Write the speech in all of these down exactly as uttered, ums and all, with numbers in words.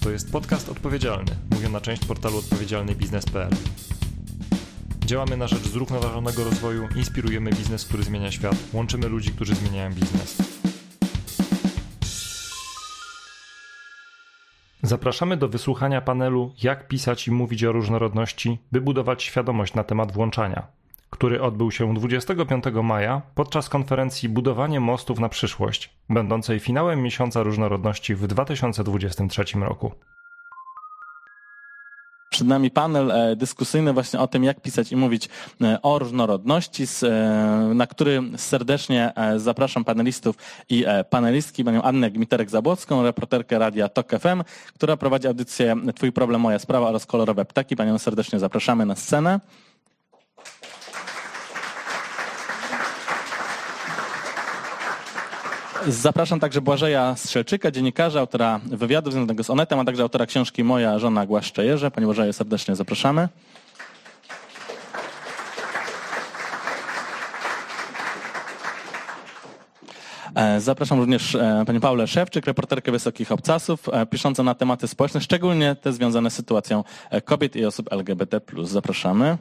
To jest podcast odpowiedzialny, mówiona część portalu odpowiedzialny biznes kropka p l. Działamy na rzecz zrównoważonego rozwoju, inspirujemy biznes, który zmienia świat, łączymy ludzi, którzy zmieniają biznes. Zapraszamy do wysłuchania panelu Jak pisać i mówić o różnorodności, by budować świadomość na temat włączania, który odbył się dwudziestego piątego maja podczas konferencji Budowanie mostów na przyszłość, będącej finałem miesiąca różnorodności w dwa tysiące dwudziestym trzecim roku. Przed nami panel dyskusyjny właśnie o tym, jak pisać i mówić o różnorodności, na który serdecznie zapraszam panelistów i panelistki, panią Annę Gmiterek-Zabłocką, reporterkę Radia Tok F M, która prowadzi audycję Twój problem, moja sprawa oraz Kolorowe ptaki. Panią serdecznie zapraszamy na scenę. Zapraszam także Błażeja Strzelczyka, dziennikarza, autora wywiadu związanego z Onetem, a także autora książki Moja żona głaszcze jeże. Panie Błażeju, serdecznie zapraszamy. Zapraszam również panią Paulę Szewczyk, reporterkę Wysokich Obcasów, piszącą na tematy społeczne, szczególnie te związane z sytuacją kobiet i osób L G B T plus. Zapraszamy.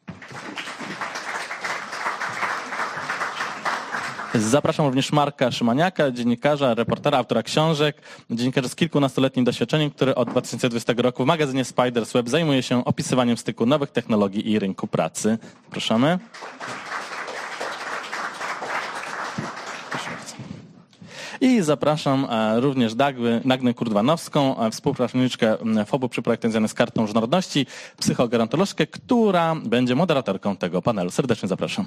Zapraszam również Marka Szymaniaka, dziennikarza, reportera, autora książek, dziennikarza z kilkunastoletnim doświadczeniem, który od dwa tysiące dwudziestego roku w magazynie Spiders Web zajmuje się opisywaniem styku nowych technologii i rynku pracy. Zapraszamy. I zapraszam również Dagny, Dagnę Kurdwanowską, współpracowniczkę F O B-u przy projekcie związanym z Kartą Różnorodności, psychogerontolożkę, która będzie moderatorką tego panelu. Serdecznie zapraszam.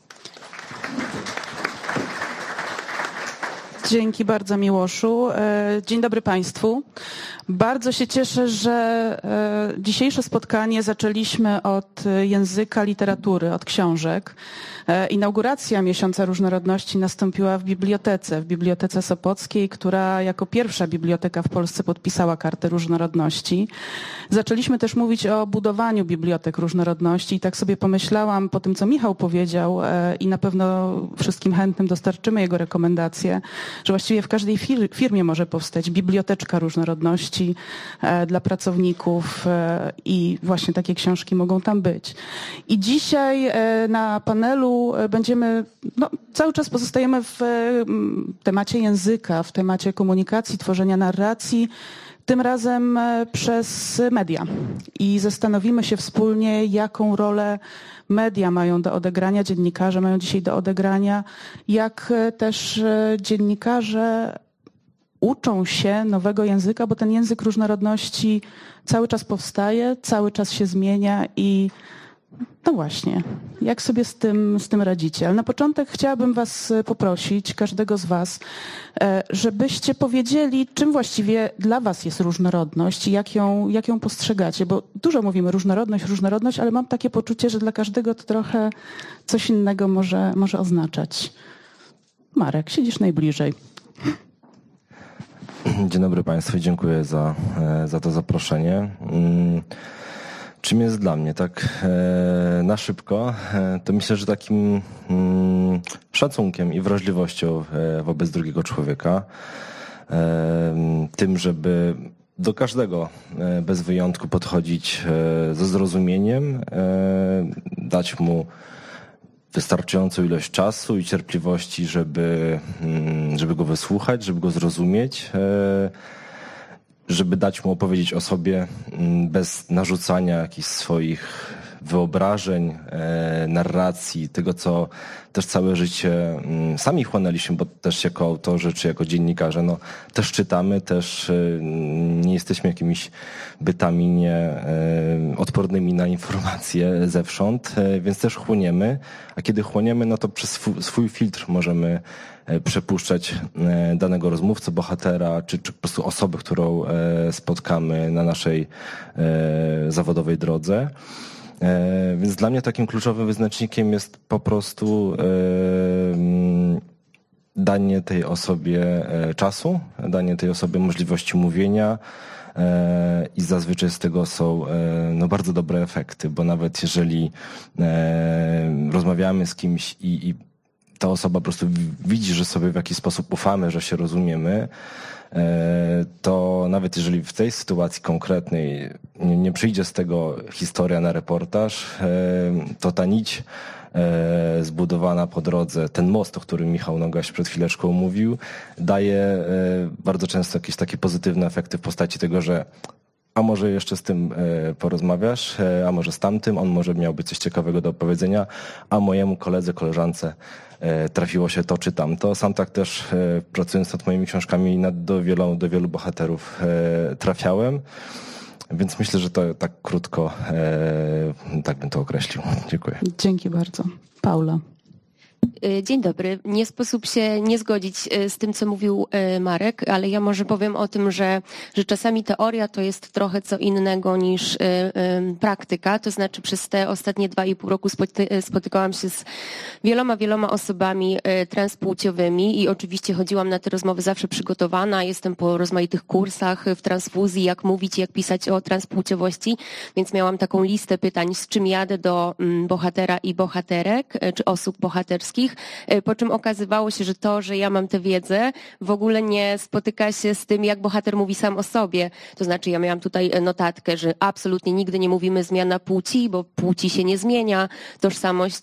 Dzięki bardzo, Miłoszu. Dzień dobry Państwu. Bardzo się cieszę, że dzisiejsze spotkanie zaczęliśmy od języka literatury, od książek. Inauguracja Miesiąca Różnorodności nastąpiła w bibliotece, w Bibliotece Sopockiej, która jako pierwsza biblioteka w Polsce podpisała Kartę Różnorodności. Zaczęliśmy też mówić o budowaniu bibliotek różnorodności i tak sobie pomyślałam po tym, co Michał powiedział i na pewno wszystkim chętnym dostarczymy jego rekomendacje, że właściwie w każdej fir- firmie może powstać biblioteczka różnorodności dla pracowników i właśnie takie książki mogą tam być. I dzisiaj na panelu będziemy, no, cały czas pozostajemy w temacie języka, w temacie komunikacji, tworzenia narracji, tym razem przez media. I zastanowimy się wspólnie, jaką rolę media mają do odegrania, dziennikarze mają dzisiaj do odegrania, jak też dziennikarze uczą się nowego języka, bo ten język różnorodności cały czas powstaje, cały czas się zmienia i no właśnie, jak sobie z tym, z tym radzicie? Ale na początek chciałabym was poprosić, każdego z was, żebyście powiedzieli, czym właściwie dla was jest różnorodność i jak ją, jak ją postrzegacie, bo dużo mówimy różnorodność, różnorodność, ale mam takie poczucie, że dla każdego to trochę coś innego może, może oznaczać. Marek, siedzisz najbliżej. Dzień dobry Państwu, dziękuję za, za to zaproszenie. Czym jest dla mnie, tak na szybko, to myślę, że takim szacunkiem i wrażliwością wobec drugiego człowieka, tym, żeby do każdego bez wyjątku podchodzić ze zrozumieniem, dać mu wystarczającą ilość czasu i cierpliwości, żeby, żeby go wysłuchać, żeby go zrozumieć, żeby dać mu opowiedzieć o sobie bez narzucania jakichś swoich wyobrażeń, narracji, tego, co też całe życie sami chłonęliśmy, bo też jako autorzy czy jako dziennikarze, no też czytamy, też nie jesteśmy jakimiś bytami nie odpornymi na informacje zewsząd, więc też chłoniemy, a kiedy chłoniemy, no to przez swój, swój filtr możemy przepuszczać danego rozmówcę, bohatera, czy, czy po prostu osobę, którą spotkamy na naszej zawodowej drodze. Więc dla mnie takim kluczowym wyznacznikiem jest po prostu danie tej osobie czasu, danie tej osobie możliwości mówienia i zazwyczaj z tego są no, bardzo dobre efekty, bo nawet jeżeli rozmawiamy z kimś i, i ta osoba po prostu widzi, że sobie w jakiś sposób ufamy, że się rozumiemy, to nawet jeżeli w tej sytuacji konkretnej nie, nie przyjdzie z tego historia na reportaż, to ta nić zbudowana po drodze, ten most, o którym Michał Nogaś przed chwileczką mówił, daje bardzo często jakieś takie pozytywne efekty w postaci tego, że a może jeszcze z tym porozmawiasz, a może z tamtym, on może miałby coś ciekawego do opowiedzenia, a mojemu koledze, koleżance trafiło się to czy tamto. Sam tak też pracując nad moimi książkami nad do wielu, do wielu bohaterów trafiałem, więc myślę, że to tak krótko tak bym to określił. Dziękuję. Dzięki bardzo. Paula. Dzień dobry. Nie sposób się nie zgodzić z tym, co mówił Marek, ale ja może powiem o tym, że, że czasami teoria to jest trochę co innego niż praktyka. To znaczy przez te ostatnie dwa i pół roku spotykałam się z wieloma, wieloma osobami transpłciowymi i oczywiście chodziłam na te rozmowy zawsze przygotowana. Jestem po rozmaitych kursach w transfuzji, jak mówić, jak pisać o transpłciowości, więc miałam taką listę pytań, z czym jadę do bohatera i bohaterek, czy osób bohaterskich. Po czym okazywało się, że to, że ja mam tę wiedzę, w ogóle nie spotyka się z tym, jak bohater mówi sam o sobie. To znaczy ja miałam tutaj notatkę, że absolutnie nigdy nie mówimy zmiana płci, bo płci się nie zmienia. Tożsamość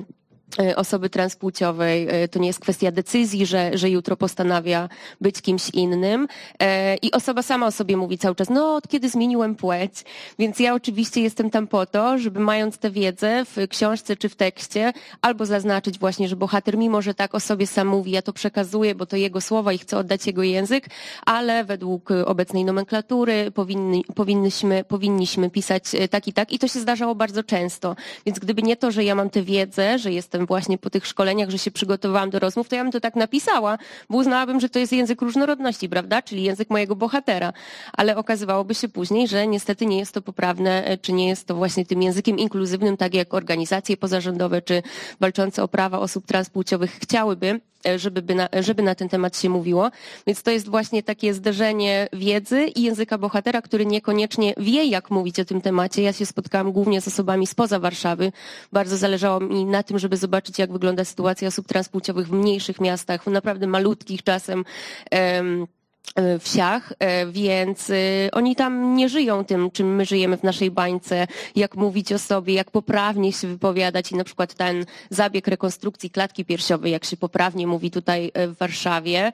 osoby transpłciowej to nie jest kwestia decyzji, że, że jutro postanawia być kimś innym i osoba sama o sobie mówi cały czas, no od kiedy zmieniłem płeć, więc ja oczywiście jestem tam po to, żeby mając tę wiedzę w książce czy w tekście albo zaznaczyć właśnie, że bohater mimo, że tak o sobie sam mówi, ja to przekazuję, bo to jego słowa i chcę oddać jego język, ale według obecnej nomenklatury powinny, powinnyśmy, powinniśmy pisać tak i tak i to się zdarzało bardzo często, więc gdyby nie to, że ja mam tę wiedzę, że jestem właśnie po tych szkoleniach, że się przygotowałam do rozmów, to ja bym to tak napisała, bo uznałabym, że to jest język różnorodności, prawda? Czyli język mojego bohatera. Ale okazywałoby się później, że niestety nie jest to poprawne, czy nie jest to właśnie tym językiem inkluzywnym, tak jak organizacje pozarządowe, czy walczące o prawa osób transpłciowych chciałyby, żeby, by na, żeby na ten temat się mówiło. Więc to jest właśnie takie zderzenie wiedzy i języka bohatera, który niekoniecznie wie, jak mówić o tym temacie. Ja się spotkałam głównie z osobami spoza Warszawy. Bardzo zależało mi na tym, żeby zobaczyć, jak wygląda sytuacja osób transpłciowych w mniejszych miastach, w naprawdę malutkich czasem um, wsiach, więc oni tam nie żyją tym, czym my żyjemy w naszej bańce, jak mówić o sobie, jak poprawnie się wypowiadać i na przykład ten zabieg rekonstrukcji klatki piersiowej, jak się poprawnie mówi tutaj w Warszawie,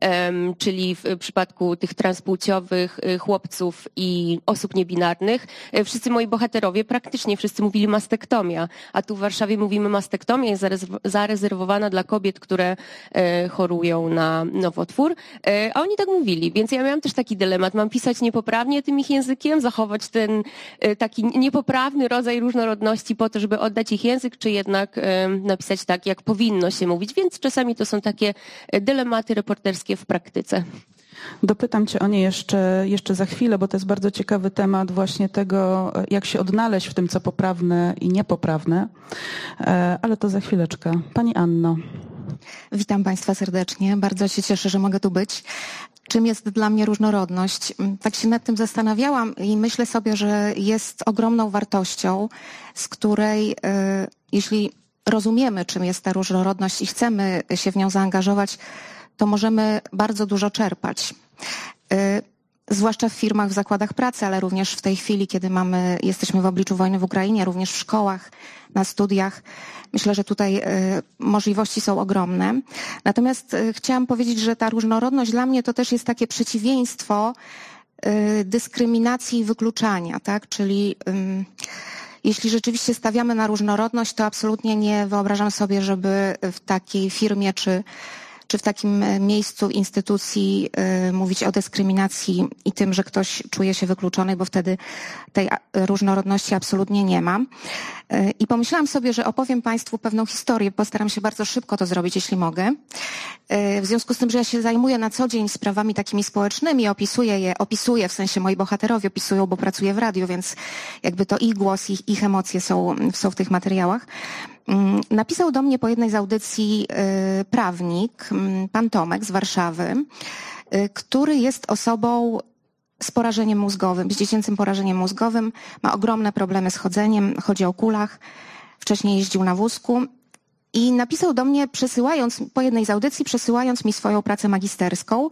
czyli w przypadku tych transpłciowych chłopców i osób niebinarnych, wszyscy moi bohaterowie, praktycznie wszyscy mówili mastektomia, a tu w Warszawie mówimy mastektomia jest zarezerwowana dla kobiet, które chorują na nowotwór, a oni tak mówią. Mówili. Więc ja miałam też taki dylemat. Mam pisać niepoprawnie tym ich językiem, zachować ten taki niepoprawny rodzaj różnorodności po to, żeby oddać ich język, czy jednak napisać tak, jak powinno się mówić. Więc czasami to są takie dylematy reporterskie w praktyce. Dopytam cię o nie jeszcze, jeszcze za chwilę, bo to jest bardzo ciekawy temat właśnie tego, jak się odnaleźć w tym, co poprawne i niepoprawne. Ale to za chwileczkę. Pani Anno. Witam Państwa serdecznie. Bardzo się cieszę, że mogę tu być. Czym jest dla mnie różnorodność? Tak się nad tym zastanawiałam i myślę sobie, że jest ogromną wartością, z której, jeśli rozumiemy, czym jest ta różnorodność i chcemy się w nią zaangażować, to możemy bardzo dużo czerpać. Zwłaszcza w firmach, w zakładach pracy, ale również w tej chwili, kiedy mamy, jesteśmy w obliczu wojny w Ukrainie, również w szkołach, na studiach. Myślę, że tutaj y, możliwości są ogromne. Natomiast y, chciałam powiedzieć, że ta różnorodność dla mnie to też jest takie przeciwieństwo y, dyskryminacji i wykluczania, tak? Czyli y, jeśli rzeczywiście stawiamy na różnorodność, to absolutnie nie wyobrażam sobie, żeby w takiej firmie czy czy w takim miejscu, instytucji y, mówić o dyskryminacji i tym, że ktoś czuje się wykluczony, bo wtedy tej różnorodności absolutnie nie ma. Y, I pomyślałam sobie, że opowiem Państwu pewną historię, postaram się bardzo szybko to zrobić, jeśli mogę. Y, w związku z tym, że ja się zajmuję na co dzień sprawami takimi społecznymi, opisuję je, opisuję, w sensie moi bohaterowie opisują, bo pracuję w radiu, więc jakby to ich głos, ich, ich emocje są, są w tych materiałach. Napisał do mnie po jednej z audycji y, prawnik, y, pan Tomek z Warszawy, y, który jest osobą z porażeniem mózgowym, z dziecięcym porażeniem mózgowym, ma ogromne problemy z chodzeniem, chodzi o kulach, wcześniej jeździł na wózku I napisał do mnie, przesyłając, po jednej z audycji, przesyłając mi swoją pracę magisterską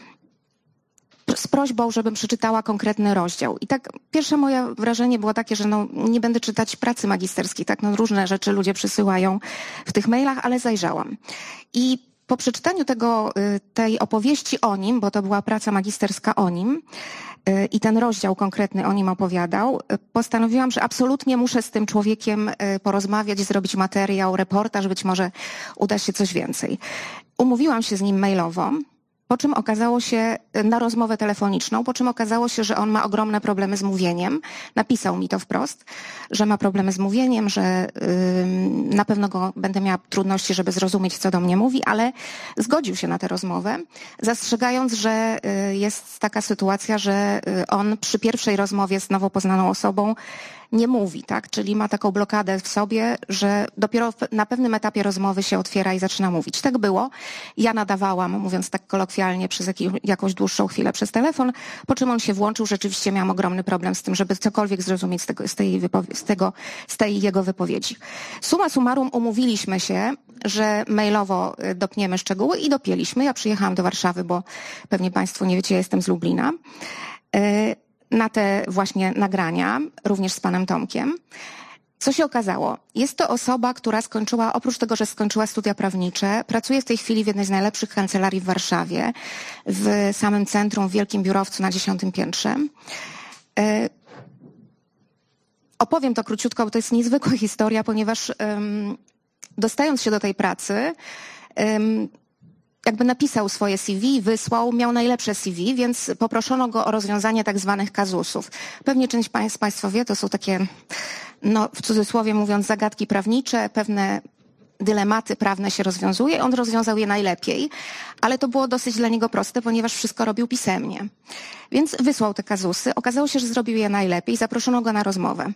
z prośbą, żebym przeczytała konkretny rozdział. I tak pierwsze moje wrażenie było takie, że no, nie będę czytać pracy magisterskiej, tak, no różne rzeczy ludzie przysyłają w tych mailach, ale zajrzałam. I po przeczytaniu tego, tej opowieści o nim, bo to była praca magisterska o nim i ten rozdział konkretny o nim opowiadał, postanowiłam, że absolutnie muszę z tym człowiekiem porozmawiać, zrobić materiał, reportaż, być może uda się coś więcej. Umówiłam się z nim mailowo, po czym okazało się, na rozmowę telefoniczną, po czym okazało się, że on ma ogromne problemy z mówieniem. Napisał mi to wprost, że ma problemy z mówieniem, że yy, na pewno go będę miała trudności, żeby zrozumieć, co do mnie mówi, ale zgodził się na tę rozmowę, zastrzegając, że yy, jest taka sytuacja, że yy, on przy pierwszej rozmowie z nowo poznaną osobą nie mówi, tak? Czyli ma taką blokadę w sobie, że dopiero na pewnym etapie rozmowy się otwiera i zaczyna mówić. Tak było. Ja nadawałam, mówiąc tak kolokwialnie, przez jakiś, jakąś dłuższą chwilę przez telefon, po czym on się włączył. Rzeczywiście miałam ogromny problem z tym, żeby cokolwiek zrozumieć z, tego, z, tej, wypowie- z, tego, z tej jego wypowiedzi. Summa summarum umówiliśmy się, że mailowo dopniemy szczegóły i dopięliśmy. Ja przyjechałam do Warszawy, bo pewnie Państwo nie wiecie, ja jestem z Lublina. Na te właśnie nagrania, również z panem Tomkiem. Co się okazało? Jest to osoba, która skończyła, oprócz tego, że skończyła studia prawnicze, pracuje w tej chwili w jednej z najlepszych kancelarii w Warszawie, w samym centrum, w wielkim biurowcu na dziesiątym piętrze. Opowiem to króciutko, bo to jest niezwykła historia, ponieważ um, dostając się do tej pracy, um, jakby napisał swoje C V, wysłał, miał najlepsze C V, więc poproszono go o rozwiązanie tak zwanych kazusów. Pewnie część z Państwa wie, to są takie, no w cudzysłowie mówiąc, zagadki prawnicze, pewne dylematy prawne się rozwiązuje. On rozwiązał je najlepiej, ale to było dosyć dla niego proste, ponieważ wszystko robił pisemnie. Więc wysłał te kazusy. Okazało się, że zrobił je najlepiej. Zaproszono go na rozmowę.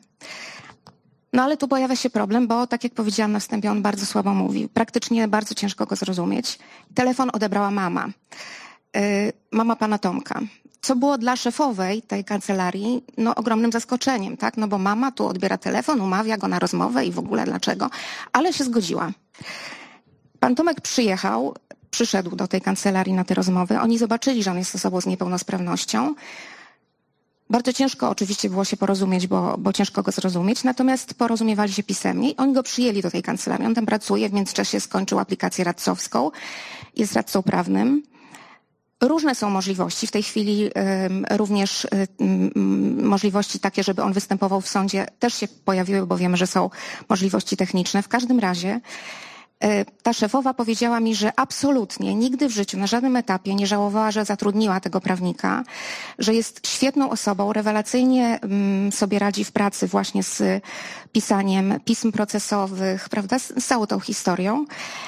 No ale tu pojawia się problem, bo tak jak powiedziałam na wstępie, on bardzo słabo mówi. Praktycznie bardzo ciężko go zrozumieć. Telefon odebrała mama. Yy, mama pana Tomka. Co było dla szefowej tej kancelarii no ogromnym zaskoczeniem, tak? No bo mama tu odbiera telefon, umawia go na rozmowę i w ogóle dlaczego? Ale się zgodziła. Pan Tomek przyjechał, przyszedł do tej kancelarii na te rozmowy. Oni zobaczyli, że on jest osobą z niepełnosprawnością. Bardzo ciężko oczywiście było się porozumieć, bo, bo ciężko go zrozumieć, natomiast porozumiewali się pisemnie i oni go przyjęli do tej kancelarii. On tam pracuje, w międzyczasie skończył aplikację radcowską, jest radcą prawnym. Różne są możliwości. W tej chwili um, również um, możliwości takie, żeby on występował w sądzie, też się pojawiły, bo wiemy, że są możliwości techniczne. W każdym razie ta szefowa powiedziała mi, że absolutnie nigdy w życiu, na żadnym etapie nie żałowała, że zatrudniła tego prawnika, że jest świetną osobą, rewelacyjnie sobie radzi w pracy właśnie z pisaniem pism procesowych, prawda, z całą tą historią.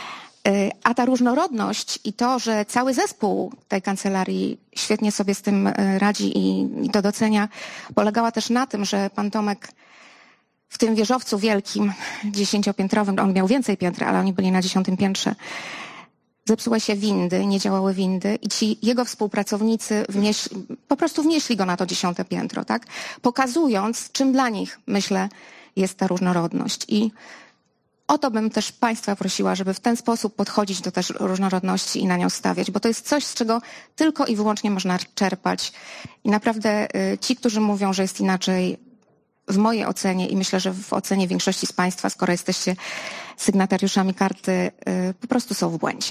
A ta różnorodność i to, że cały zespół tej kancelarii świetnie sobie z tym radzi i, i to docenia, polegała też na tym, że pan Tomek w tym wieżowcu wielkim, dziesięciopiętrowym, on miał więcej piętr, ale oni byli na dziesiątym piętrze, zepsuły się windy, nie działały windy i ci jego współpracownicy wnieśli, po prostu wnieśli go na to dziesiąte piętro, tak? Pokazując, czym dla nich, myślę, jest ta różnorodność. I o to bym też Państwa prosiła, żeby w ten sposób podchodzić do też różnorodności i na nią stawiać, bo to jest coś, z czego tylko i wyłącznie można czerpać. I naprawdę ci, którzy mówią, że jest inaczej, w mojej ocenie i myślę, że w ocenie większości z Państwa, skoro jesteście sygnatariuszami karty, po prostu są w błędzie.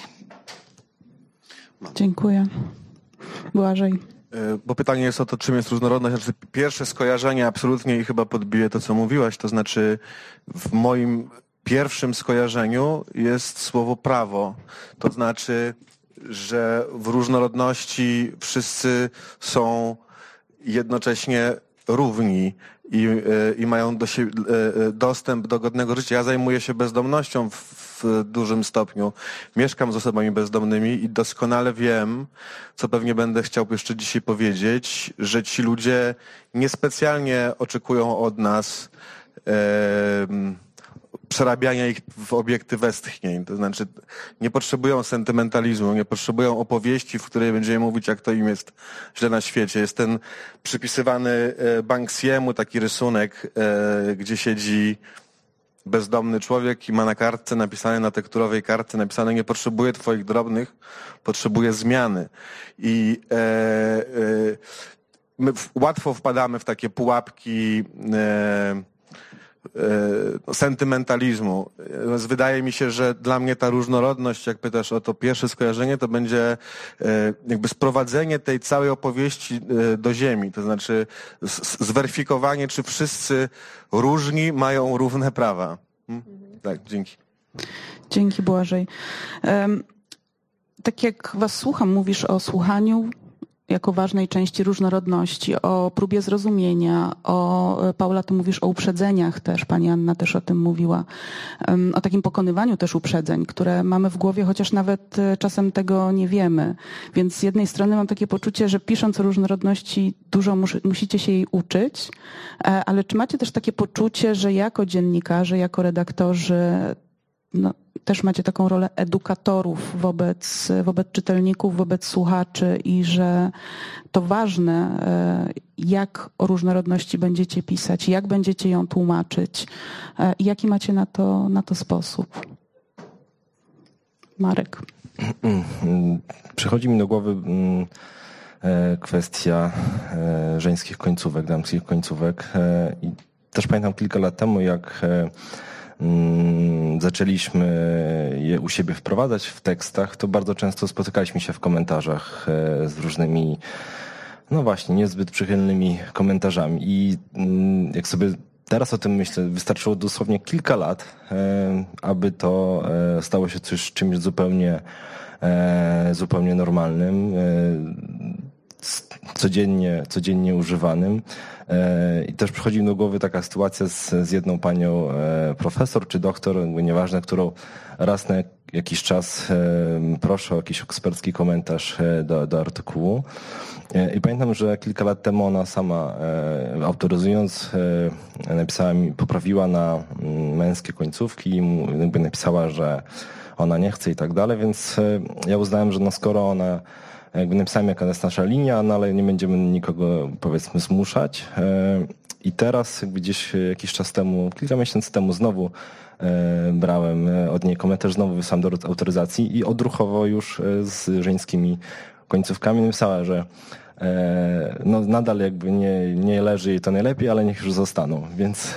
Dziękuję. Błażej. Bo pytanie jest o to, czym jest różnorodność. Znaczy, pierwsze skojarzenie absolutnie i chyba podbije to, co mówiłaś, to znaczy w moim pierwszym skojarzeniu jest słowo prawo. To znaczy, że w różnorodności wszyscy są jednocześnie równi i, i mają do siebie, dostęp do godnego życia. Ja zajmuję się bezdomnością w, w dużym stopniu. Mieszkam z osobami bezdomnymi i doskonale wiem, co pewnie będę chciał jeszcze dzisiaj powiedzieć, że ci ludzie niespecjalnie oczekują od nas e, przerabiania ich w obiekty westchnień. To znaczy nie potrzebują sentymentalizmu, nie potrzebują opowieści, w której będziemy mówić, jak to im jest źle na świecie. Jest ten przypisywany Banksiemu taki rysunek, gdzie siedzi bezdomny człowiek i ma na kartce napisane, na tekturowej kartce napisane: nie potrzebuję twoich drobnych, potrzebuję zmiany. I e, e, my w, łatwo wpadamy w takie pułapki e, e, sentymentalizmu. Wydaje mi się, że dla mnie ta różnorodność, jak pytasz o to pierwsze skojarzenie, to będzie e, jakby sprowadzenie tej całej opowieści e, do ziemi. To znaczy z, zweryfikowanie, czy wszyscy różni mają równe prawa. Hmm? Tak, dzięki. Dzięki, Błażej. Um, tak jak was słucham, mówisz o słuchaniu jako ważnej części różnorodności, o próbie zrozumienia, o, Paula, ty mówisz o uprzedzeniach też, pani Anna też o tym mówiła, o takim pokonywaniu też uprzedzeń, które mamy w głowie, chociaż nawet czasem tego nie wiemy. Więc z jednej strony mam takie poczucie, że pisząc o różnorodności dużo mus, musicie się jej uczyć, ale czy macie też takie poczucie, że jako dziennikarze, jako redaktorzy, no, też macie taką rolę edukatorów wobec, wobec czytelników, wobec słuchaczy i że to ważne, jak o różnorodności będziecie pisać, jak będziecie ją tłumaczyć i jaki macie na to, na to sposób? Marek. Przychodzi mi do głowy kwestia żeńskich końcówek, damskich końcówek i też pamiętam kilka lat temu, jak zaczęliśmy je u siebie wprowadzać w tekstach, to bardzo często spotykaliśmy się w komentarzach z różnymi, no właśnie, niezbyt przychylnymi komentarzami. I jak sobie teraz o tym myślę, wystarczyło dosłownie kilka lat, aby to stało się coś, czymś zupełnie, zupełnie normalnym, codziennie, codziennie używanym. I też przychodzi mi do głowy taka sytuacja z, z jedną panią profesor czy doktor, nieważne, którą raz na jakiś czas proszę o jakiś ekspercki komentarz do, do artykułu. I pamiętam, że kilka lat temu ona sama, autoryzując, napisała mi, poprawiła na męskie końcówki i jakby napisała, że ona nie chce i tak dalej, więc ja uznałem, że no skoro ona, jakby napisałem, jaka jest nasza linia, no ale nie będziemy nikogo, powiedzmy, zmuszać. I teraz jakby gdzieś jakiś czas temu, kilka miesięcy temu znowu brałem od niej komentarz, znowu wysłałem do autoryzacji i odruchowo już z żeńskimi końcówkami napisała, że no nadal jakby nie, nie leży jej to najlepiej, ale niech już zostaną, więc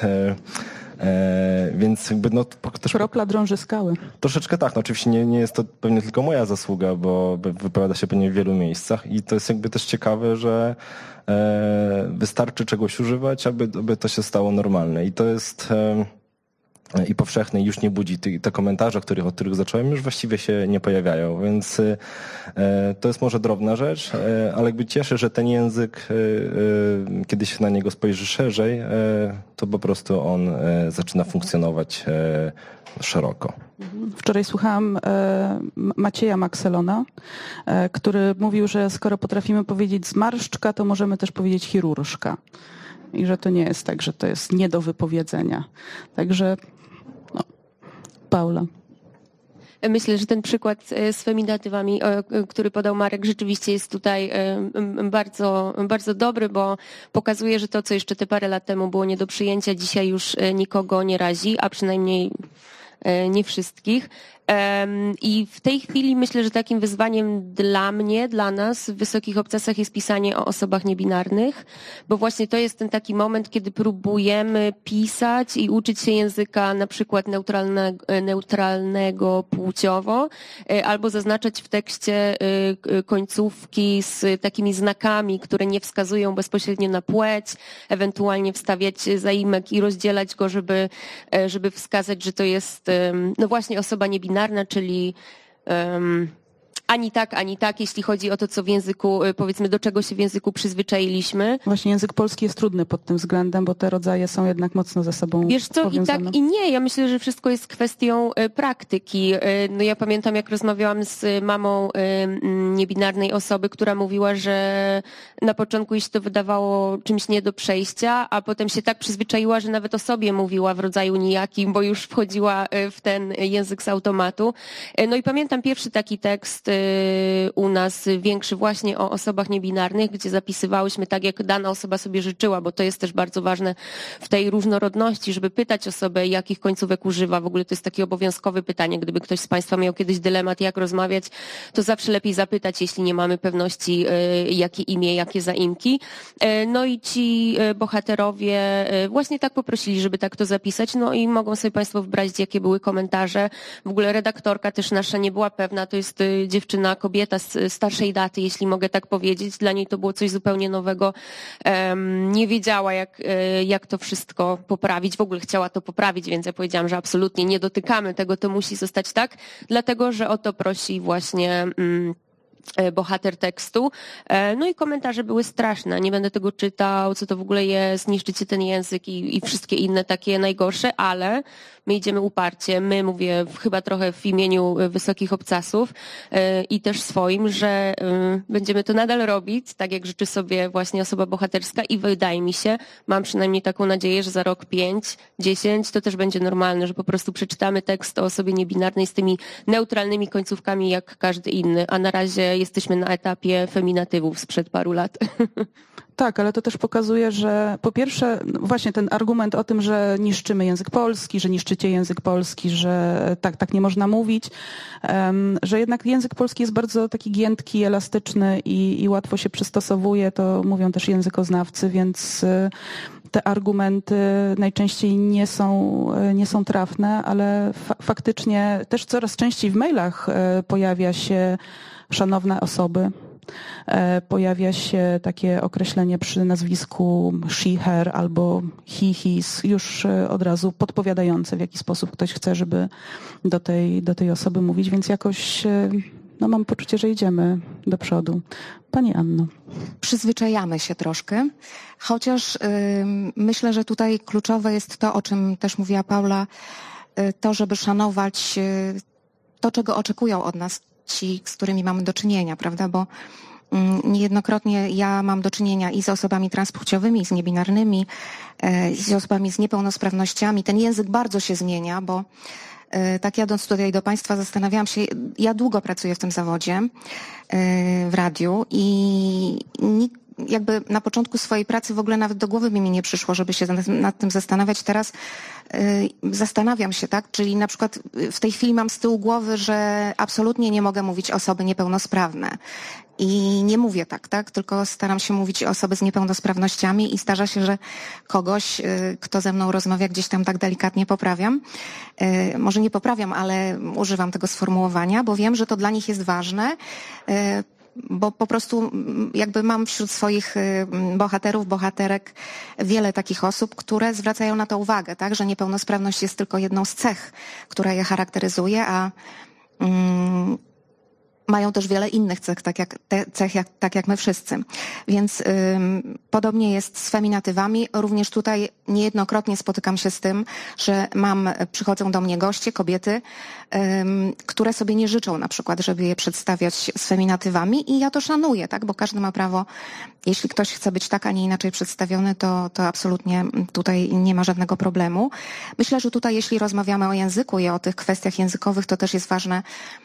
E, więc jakby no też kropla drąży skały. Troszeczkę tak, no oczywiście nie, nie jest to pewnie tylko moja zasługa, bo wypowiada się pewnie w wielu miejscach i to jest jakby też ciekawe, że e, wystarczy czegoś używać, aby, aby to się stało normalne i to jest e, i powszechne i już nie budzi. Te, te komentarze, których, od których zacząłem, już właściwie się nie pojawiają, więc e, to jest może drobna rzecz, e, ale jakby cieszę, że ten język, e, e, kiedy się na niego spojrzy szerzej, e, to po prostu on e, zaczyna funkcjonować e, szeroko. Wczoraj słuchałam e, Macieja Makselona, e, który mówił, że skoro potrafimy powiedzieć zmarszczka, to możemy też powiedzieć chirurżka. I że to nie jest tak, że to jest nie do wypowiedzenia. Także no, Paula. Myślę, że ten przykład z feminatywami, który podał Marek, rzeczywiście jest tutaj bardzo, bardzo dobry, bo pokazuje, że to, co jeszcze te parę lat temu było nie do przyjęcia, dzisiaj już nikogo nie razi, a przynajmniej nie wszystkich. I w tej chwili myślę, że takim wyzwaniem dla mnie, dla nas w Wysokich Obcasach jest pisanie o osobach niebinarnych, bo właśnie to jest ten taki moment, kiedy próbujemy pisać i uczyć się języka na przykład neutralnego, neutralnego płciowo, albo zaznaczać w tekście końcówki z takimi znakami, które nie wskazują bezpośrednio na płeć, ewentualnie wstawiać zaimek i rozdzielać go, żeby, żeby wskazać, że to jest no właśnie osoba niebinarna, czyli um, ani tak, ani tak, jeśli chodzi o to, co w języku, powiedzmy, do czego się w języku przyzwyczailiśmy. Właśnie język polski jest trudny pod tym względem, bo te rodzaje są jednak mocno ze sobą Wiesz co, powiązane. I tak i nie. Ja myślę, że wszystko jest kwestią praktyki. No ja pamiętam, jak rozmawiałam z mamą niebinarnej osoby, która mówiła, że na początku jej się to wydawało czymś nie do przejścia, a potem się tak przyzwyczaiła, że nawet o sobie mówiła w rodzaju nijakim, bo już wchodziła w ten język z automatu. No i pamiętam pierwszy taki tekst u nas większy właśnie o osobach niebinarnych, gdzie zapisywałyśmy tak, jak dana osoba sobie życzyła, bo to jest też bardzo ważne w tej różnorodności, żeby pytać osobę, jakich końcówek używa. W ogóle to jest takie obowiązkowe pytanie. Gdyby ktoś z Państwa miał kiedyś dylemat, jak rozmawiać, to zawsze lepiej zapytać, jeśli nie mamy pewności, jakie imię, jakie zaimki. No i ci bohaterowie właśnie tak poprosili, żeby tak to zapisać. No i mogą sobie Państwo wyobrazić, jakie były komentarze. W ogóle redaktorka też nasza nie była pewna. To jest dziewczyna, kobieta z starszej daty, jeśli mogę tak powiedzieć. Dla niej to było coś zupełnie nowego. Nie wiedziała, jak, jak to wszystko poprawić. W ogóle chciała to poprawić, więc ja powiedziałam, że absolutnie nie dotykamy tego, to musi zostać tak, dlatego, że o to prosi właśnie bohater tekstu. No i komentarze były straszne. Nie będę tego czytał, co to w ogóle jest, niszczycie ten język i, i wszystkie inne takie najgorsze, ale my idziemy uparcie. My, mówię chyba trochę w imieniu Wysokich Obcasów i też swoim, że będziemy to nadal robić, tak jak życzy sobie właśnie osoba bohaterska i wydaje mi się, mam przynajmniej taką nadzieję, że za rok pięć, dziesięć to też będzie normalne, że po prostu przeczytamy tekst o osobie niebinarnej z tymi neutralnymi końcówkami jak każdy inny, a na razie jesteśmy na etapie feminatywów sprzed paru lat. Tak, ale to też pokazuje, że po pierwsze właśnie ten argument o tym, że niszczymy język polski, że niszczycie język polski, że tak, tak nie można mówić, um, że jednak język polski jest bardzo taki giętki, elastyczny i, i łatwo się przystosowuje, to mówią też językoznawcy, więc te argumenty najczęściej nie są, nie są trafne, ale fa- faktycznie też coraz częściej w mailach pojawia się szanowne osoby. Pojawia się takie określenie przy nazwisku she, her albo he, his, już od razu podpowiadające, w jaki sposób ktoś chce, żeby do tej, do tej osoby mówić, więc jakoś no, mam poczucie, że idziemy do przodu. Pani Anno. Przyzwyczajamy się troszkę, chociaż y, myślę, że tutaj kluczowe jest to, o czym też mówiła Paula, y, to, żeby szanować y, to, czego oczekują od nas ci, z którymi mamy do czynienia, prawda, bo niejednokrotnie ja mam do czynienia i z osobami transpłciowymi, i z niebinarnymi, i z osobami z niepełnosprawnościami. Ten język bardzo się zmienia, bo tak jadąc tutaj do Państwa zastanawiałam się, ja długo pracuję w tym zawodzie w radiu i jakby na początku swojej pracy w ogóle nawet do głowy mi nie przyszło, żeby się nad tym zastanawiać. Teraz zastanawiam się, tak? Czyli na przykład w tej chwili mam z tyłu głowy, że absolutnie nie mogę mówić osoby niepełnosprawne. I nie mówię tak, tak? Tylko staram się mówić o osoby z niepełnosprawnościami i zdarza się, że kogoś, kto ze mną rozmawia, gdzieś tam tak delikatnie poprawiam. Może nie poprawiam, ale używam tego sformułowania, bo wiem, że to dla nich jest ważne, bo po prostu jakby mam wśród swoich bohaterów, bohaterek wiele takich osób, które zwracają na to uwagę, tak? Że niepełnosprawność jest tylko jedną z cech, która je charakteryzuje, a mm, mają też wiele innych cech, tak jak, te, cech jak, tak jak my wszyscy. Więc ym, podobnie jest z feminatywami. Również tutaj niejednokrotnie spotykam się z tym, że mam, przychodzą do mnie goście, kobiety, ym, które sobie nie życzą na przykład, żeby je przedstawiać z feminatywami i ja to szanuję, tak? Bo każdy ma prawo, jeśli ktoś chce być tak, a nie inaczej przedstawiony, to, to absolutnie tutaj nie ma żadnego problemu. Myślę, że tutaj jeśli rozmawiamy o języku i o tych kwestiach językowych, to też jest ważne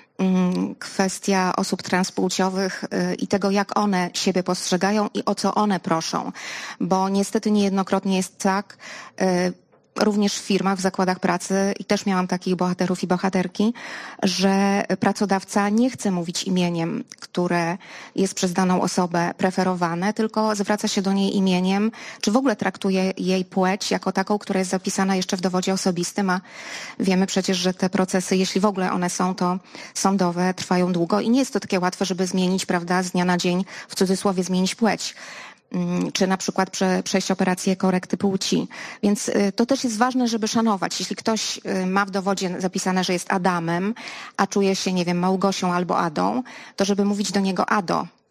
kwestia osób transpłciowych i tego, jak one siebie postrzegają i o co one proszą. Bo niestety niejednokrotnie jest tak, również w firmach, w zakładach pracy i też miałam takich bohaterów i bohaterki, że pracodawca nie chce mówić imieniem, które jest przez daną osobę preferowane, tylko zwraca się do niej imieniem, czy w ogóle traktuje jej płeć jako taką, która jest zapisana jeszcze w dowodzie osobistym, a wiemy przecież, że te procesy, jeśli w ogóle one są, to sądowe, trwają długo i nie jest to takie łatwe, żeby zmienić, prawda, z dnia na dzień, w cudzysłowie zmienić płeć. Czy na przykład prze, przejść operację korekty płci. Więc to też jest ważne, żeby szanować. Jeśli ktoś ma w dowodzie zapisane, że jest Adamem, a czuje się, nie wiem, Małgosią albo Adą, to żeby mówić do niego Ado,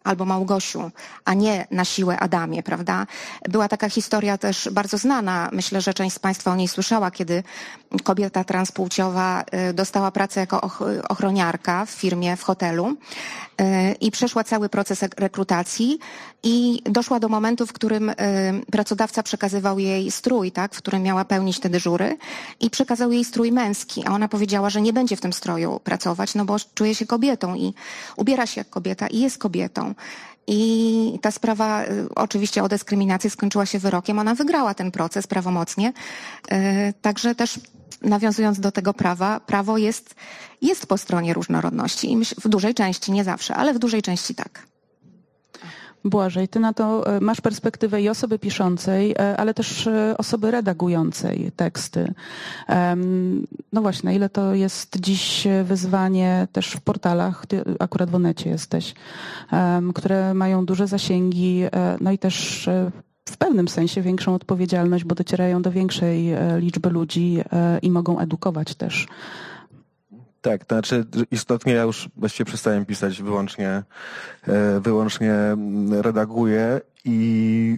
albo Małgosiu, a nie na siłę Adamie, prawda? Była taka historia też bardzo znana, myślę, że część z Państwa o niej słyszała, kiedy kobieta transpłciowa dostała pracę jako ochroniarka w firmie, w hotelu i przeszła cały proces rekrutacji i doszła do momentu, w którym pracodawca przekazywał jej strój, tak, w którym miała pełnić te dyżury i przekazał jej strój męski, a ona powiedziała, że nie będzie w tym stroju pracować, no bo czuje się kobietą i ubiera się jak kobieta i jest kobietą. I ta sprawa oczywiście o dyskryminacji skończyła się wyrokiem. Ona wygrała ten proces prawomocnie. Także też nawiązując do tego prawa, prawo jest, jest po stronie różnorodności. I myślę, w dużej części, nie zawsze, ale w dużej części tak. Błażej, ty na to masz perspektywę i osoby piszącej, ale też osoby redagującej teksty. No właśnie, na ile to jest dziś wyzwanie też w portalach, ty akurat w Onecie jesteś, które mają duże zasięgi, no i też w pewnym sensie większą odpowiedzialność, bo docierają do większej liczby ludzi i mogą edukować też. Tak, to znaczy istotnie ja już właściwie przestałem pisać, wyłącznie, wyłącznie redaguję i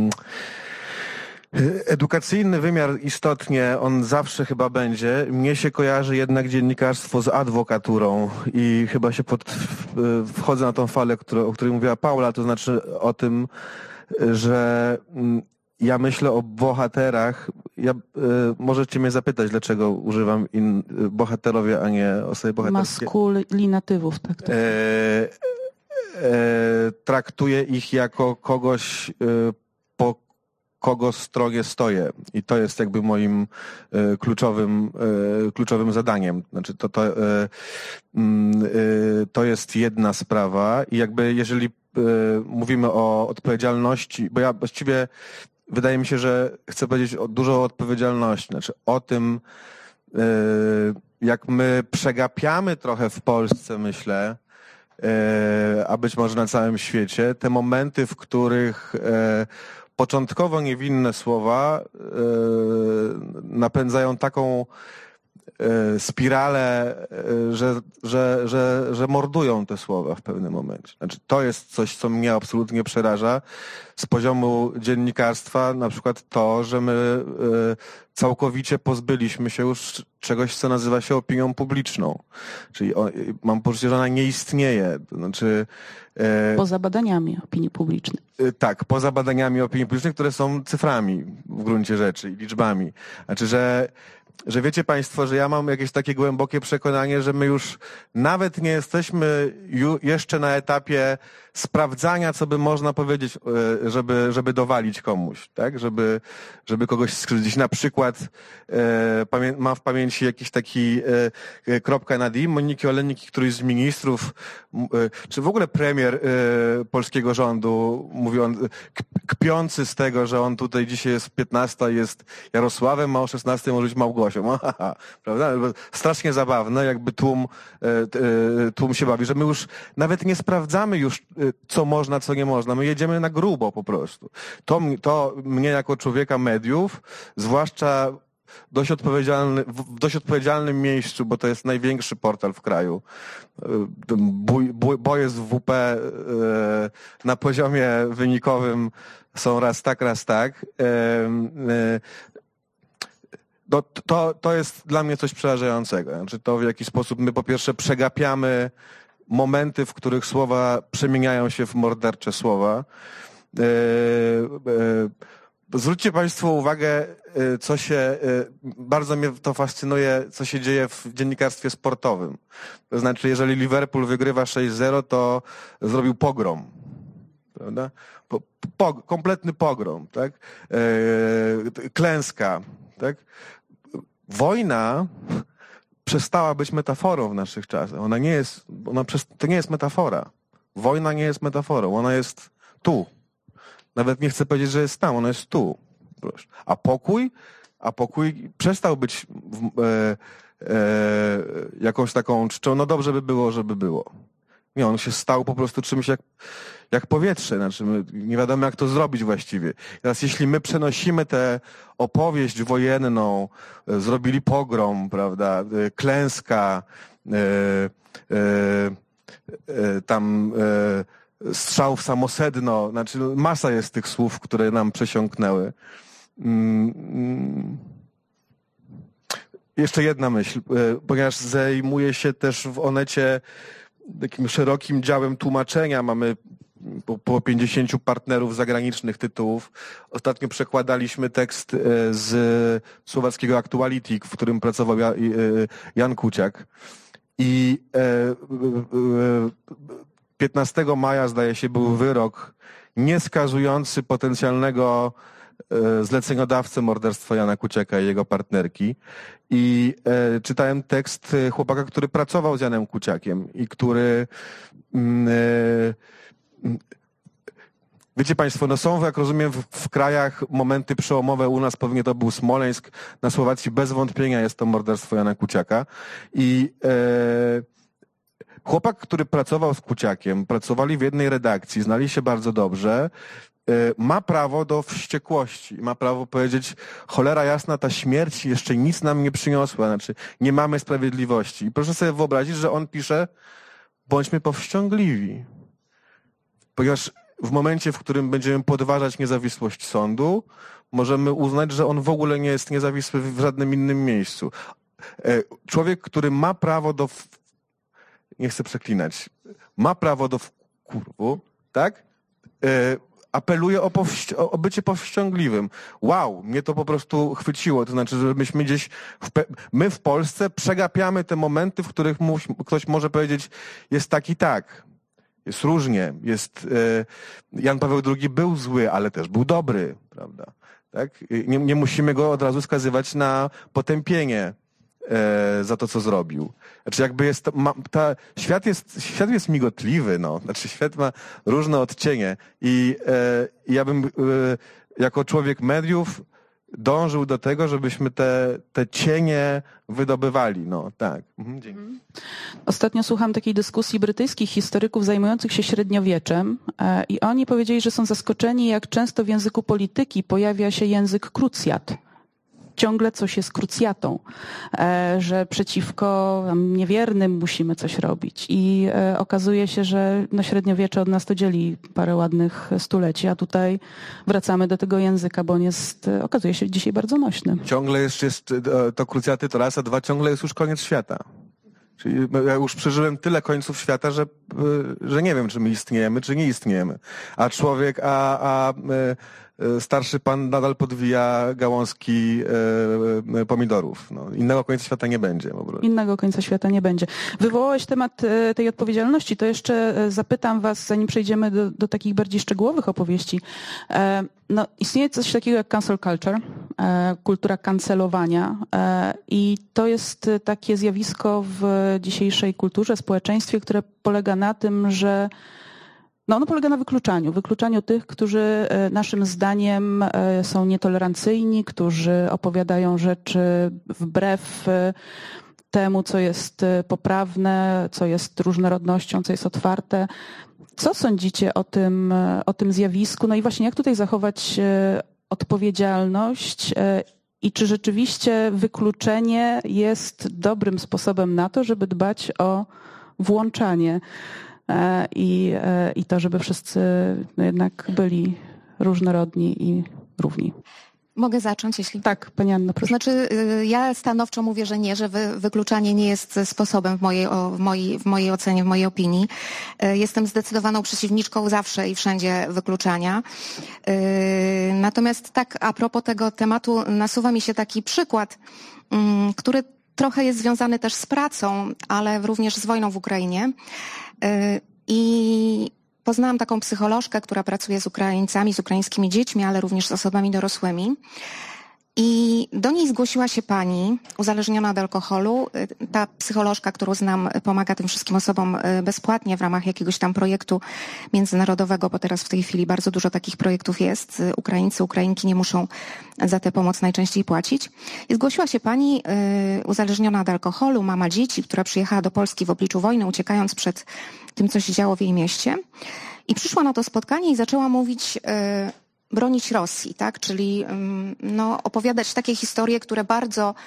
edukacyjny wymiar istotnie, on zawsze chyba będzie. Mnie się kojarzy jednak dziennikarstwo z adwokaturą i chyba się pod, wchodzę na tą falę, o której mówiła Paula, to znaczy o tym, że ja myślę o bohaterach. Ja, y, możecie mnie zapytać, dlaczego używam in, bohaterowie, a nie osoby bohaterskie. Maskulinatywów, tak. tak. E, e, traktuję ich jako kogoś, y, po kogo stronie stoję. I to jest jakby moim y, kluczowym, y, kluczowym zadaniem. Znaczy to, to, y, y, to jest jedna sprawa i jakby jeżeli y, mówimy o odpowiedzialności, bo ja właściwie wydaje mi się, że chcę powiedzieć o, dużo o odpowiedzialności, znaczy o tym, yy, jak my przegapiamy trochę w Polsce, myślę, yy, a być może na całym świecie, te momenty, w których yy, początkowo niewinne słowa yy, napędzają taką spiralę, że, że, że, że mordują te słowa w pewnym momencie. Znaczy, to jest coś, co mnie absolutnie przeraża z poziomu dziennikarstwa, na przykład to, że my całkowicie pozbyliśmy się już czegoś, co nazywa się opinią publiczną. Czyli o, mam poczucie, że ona nie istnieje. To znaczy, poza badaniami opinii publicznej. Tak, poza badaniami opinii publicznej, które są cyframi w gruncie rzeczy i liczbami. Znaczy, że że wiecie Państwo, że ja mam jakieś takie głębokie przekonanie, że my już nawet nie jesteśmy ju, jeszcze na etapie sprawdzania, co by można powiedzieć, żeby, żeby dowalić komuś, tak? Żeby, żeby kogoś skrzywdzić. Na przykład e, pamię mam w pamięci jakiś taki e, kropka nad i Moniki Olenik, któryś z ministrów, e, czy w ogóle premier e, polskiego rządu, mówi on, kpiący z tego, że on tutaj dzisiaj jest piętnasta, jest Jarosławem, a o szesnastej może być Małgosią. Aha, prawda? Strasznie zabawne, jakby tłum, e, tłum się bawi, że my już nawet nie sprawdzamy już, co można, co nie można. My jedziemy na grubo po prostu. To, to mnie jako człowieka mediów, zwłaszcza dość odpowiedzialny, w dość odpowiedzialnym miejscu, bo to jest największy portal w kraju. Bój, bój, boje z W P na poziomie wynikowym są raz tak, raz tak. To, to, to jest dla mnie coś przerażającego. Znaczy to, w jaki sposób my po pierwsze przegapiamy momenty, w których słowa przemieniają się w mordercze słowa. Zwróćcie Państwo uwagę, co się, bardzo mnie to fascynuje, co się dzieje w dziennikarstwie sportowym. To znaczy, jeżeli Liverpool wygrywa sześć zero, to zrobił pogrom. Prawda? Po, po, kompletny pogrom, tak? Klęska, tak? Wojna przestała być metaforą w naszych czasach. Ona nie jest, ona przez, to nie jest metafora. Wojna nie jest metaforą, ona jest tu. Nawet nie chcę powiedzieć, że jest tam, ona jest tu. Proszę. A pokój, a pokój przestał być w, e, e, jakąś taką czczą, no dobrze by było, żeby było. Nie, on się stał po prostu czymś jak, jak powietrze, znaczy my nie wiadomo jak to zrobić właściwie. Teraz jeśli my przenosimy tę opowieść wojenną, e, zrobili pogrom, prawda, e, klęska, e, e, e, tam e, strzał w samo sedno, znaczy masa jest tych słów, które nam przesiąknęły. Mm, jeszcze jedna myśl, ponieważ zajmuję się też w Onecie takim szerokim działem tłumaczenia, mamy po, po pięćdziesięciu partnerów zagranicznych tytułów. Ostatnio przekładaliśmy tekst z słowackiego Actuality, w którym pracował Jan Kuciak. I piętnastego maja, zdaje się, był wyrok nieskazujący potencjalnego zleceniodawcę morderstwa Jana Kuciaka i jego partnerki. I e, czytałem tekst chłopaka, który pracował z Janem Kuciakiem i który e, wiecie państwo, no są, jak rozumiem, w, w krajach momenty przełomowe. U nas pewnie to był Smoleńsk, na Słowacji bez wątpienia jest to morderstwo Jana Kuciaka. I e, chłopak, który pracował z Kuciakiem, pracowali w jednej redakcji, znali się bardzo dobrze, ma prawo do wściekłości, ma prawo powiedzieć, cholera jasna, ta śmierć jeszcze nic nam nie przyniosła, znaczy nie mamy sprawiedliwości. I proszę sobie wyobrazić, że on pisze, bądźmy powściągliwi. Ponieważ w momencie, w którym będziemy podważać niezawisłość sądu, możemy uznać, że on w ogóle nie jest niezawisły w żadnym innym miejscu. Człowiek, który ma prawo do, nie chcę przeklinać, ma prawo do wkurwu, tak? Apeluje o, powści- o bycie powściągliwym. Wow, mnie to po prostu chwyciło. To znaczy, że myśmy gdzieś, w pe- my w Polsce przegapiamy te momenty, w których mu- ktoś może powiedzieć, jest tak i tak. Jest różnie. Jest, e, Jan Paweł drugi był zły, ale też był dobry, prawda? Tak? Nie, nie musimy go od razu skazywać na potępienie e, za to, co zrobił. Znaczy jakby jest, ma, ta, świat jest, świat jest migotliwy, no. Znaczy świat ma różne odcienie i e, ja bym e, jako człowiek mediów dążył do tego, żebyśmy te, te cienie wydobywali, no tak. Mhm, dzięki. Ostatnio słucham takiej dyskusji brytyjskich historyków zajmujących się średniowieczem e, i oni powiedzieli, że są zaskoczeni, jak często w języku polityki pojawia się język krucjat. Ciągle coś jest krucjatą, że przeciwko niewiernym musimy coś robić. I okazuje się, że no średniowiecze od nas to dzieli parę ładnych stuleci, a tutaj wracamy do tego języka, bo on jest, okazuje się dzisiaj bardzo nośny. Ciągle jest, jest to krucjaty to raz, a dwa, ciągle jest już koniec świata. Czyli ja już przeżyłem tyle końców świata, że, że nie wiem, czy my istniejemy, czy nie istniejemy. A człowiek, a, a starszy pan nadal podwija gałązki e, pomidorów. No, innego końca świata nie będzie. Po prostu. Innego końca świata nie będzie. Wywołałeś temat e, tej odpowiedzialności. To jeszcze e, zapytam was, zanim przejdziemy do, do takich bardziej szczegółowych opowieści. E, no, istnieje coś takiego jak cancel culture, e, kultura kancelowania e, i to jest takie zjawisko w dzisiejszej kulturze, społeczeństwie, które polega na tym, że No ono polega na wykluczaniu. Wykluczaniu tych, którzy naszym zdaniem są nietolerancyjni, którzy opowiadają rzeczy wbrew temu, co jest poprawne, co jest różnorodnością, co jest otwarte. Co sądzicie o tym, o tym zjawisku? No i właśnie jak tutaj zachować odpowiedzialność i czy rzeczywiście wykluczenie jest dobrym sposobem na to, żeby dbać o włączanie I, i to, żeby wszyscy no jednak byli różnorodni i równi. Mogę zacząć, jeśli... Tak, pani Anno, proszę. Znaczy, ja stanowczo mówię, że nie, że wy, wykluczanie nie jest sposobem w mojej, w, mojej, w mojej ocenie, w mojej opinii. Jestem zdecydowaną przeciwniczką zawsze i wszędzie wykluczania. Natomiast tak, a propos tego tematu, nasuwa mi się taki przykład, który trochę jest związany też z pracą, ale również z wojną w Ukrainie. I poznałam taką psycholożkę, która pracuje z Ukraińcami, z ukraińskimi dziećmi, ale również z osobami dorosłymi. I do niej zgłosiła się pani uzależniona od alkoholu. Ta psycholożka, którą znam, pomaga tym wszystkim osobom bezpłatnie w ramach jakiegoś tam projektu międzynarodowego, bo teraz w tej chwili bardzo dużo takich projektów jest. Ukraińcy, Ukrainki nie muszą za tę pomoc najczęściej płacić. I zgłosiła się pani uzależniona od alkoholu, mama dzieci, która przyjechała do Polski w obliczu wojny, uciekając przed tym, co się działo w jej mieście. I przyszła na to spotkanie i zaczęła mówić... bronić Rosji, tak? Czyli no, opowiadać takie historie, które bardzo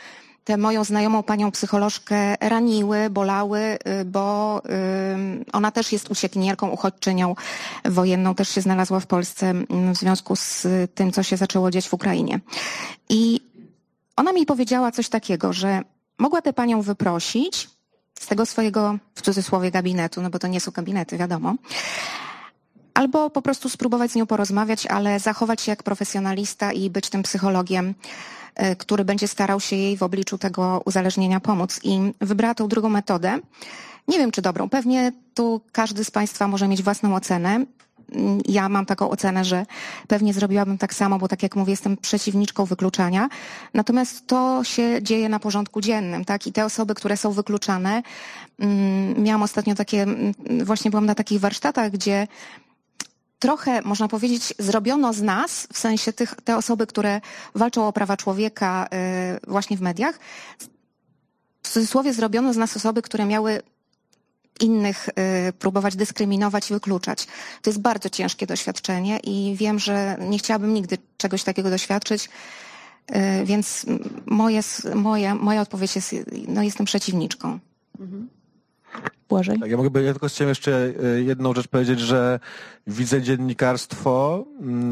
tę moją znajomą panią psycholożkę raniły, bolały, bo ona też jest uciekinierką, uchodźczynią wojenną, też się znalazła w Polsce w związku z tym, co się zaczęło dziać w Ukrainie. I ona mi powiedziała coś takiego, że mogła tę panią wyprosić z tego swojego, w cudzysłowie, gabinetu, no bo to nie są gabinety, wiadomo, albo po prostu spróbować z nią porozmawiać, ale zachować się jak profesjonalista i być tym psychologiem, który będzie starał się jej w obliczu tego uzależnienia pomóc. I wybrała tą drugą metodę. Nie wiem, czy dobrą. Pewnie tu każdy z Państwa może mieć własną ocenę. Ja mam taką ocenę, że pewnie zrobiłabym tak samo, bo tak jak mówię, jestem przeciwniczką wykluczania. Natomiast to się dzieje na porządku dziennym, tak? I te osoby, które są wykluczane, miałam ostatnio takie, właśnie byłam na takich warsztatach, gdzie trochę, można powiedzieć, zrobiono z nas, w sensie tych, te osoby, które walczą o prawa człowieka właśnie w mediach, w cudzysłowie zrobiono z nas osoby, które miały innych próbować dyskryminować i wykluczać. To jest bardzo ciężkie doświadczenie i wiem, że nie chciałabym nigdy czegoś takiego doświadczyć, więc moje, moja, moja odpowiedź jest, no jestem przeciwniczką. Mhm. Błażej? Tak, ja mogę ja tylko chciałem jeszcze jedną rzecz powiedzieć, że widzę dziennikarstwo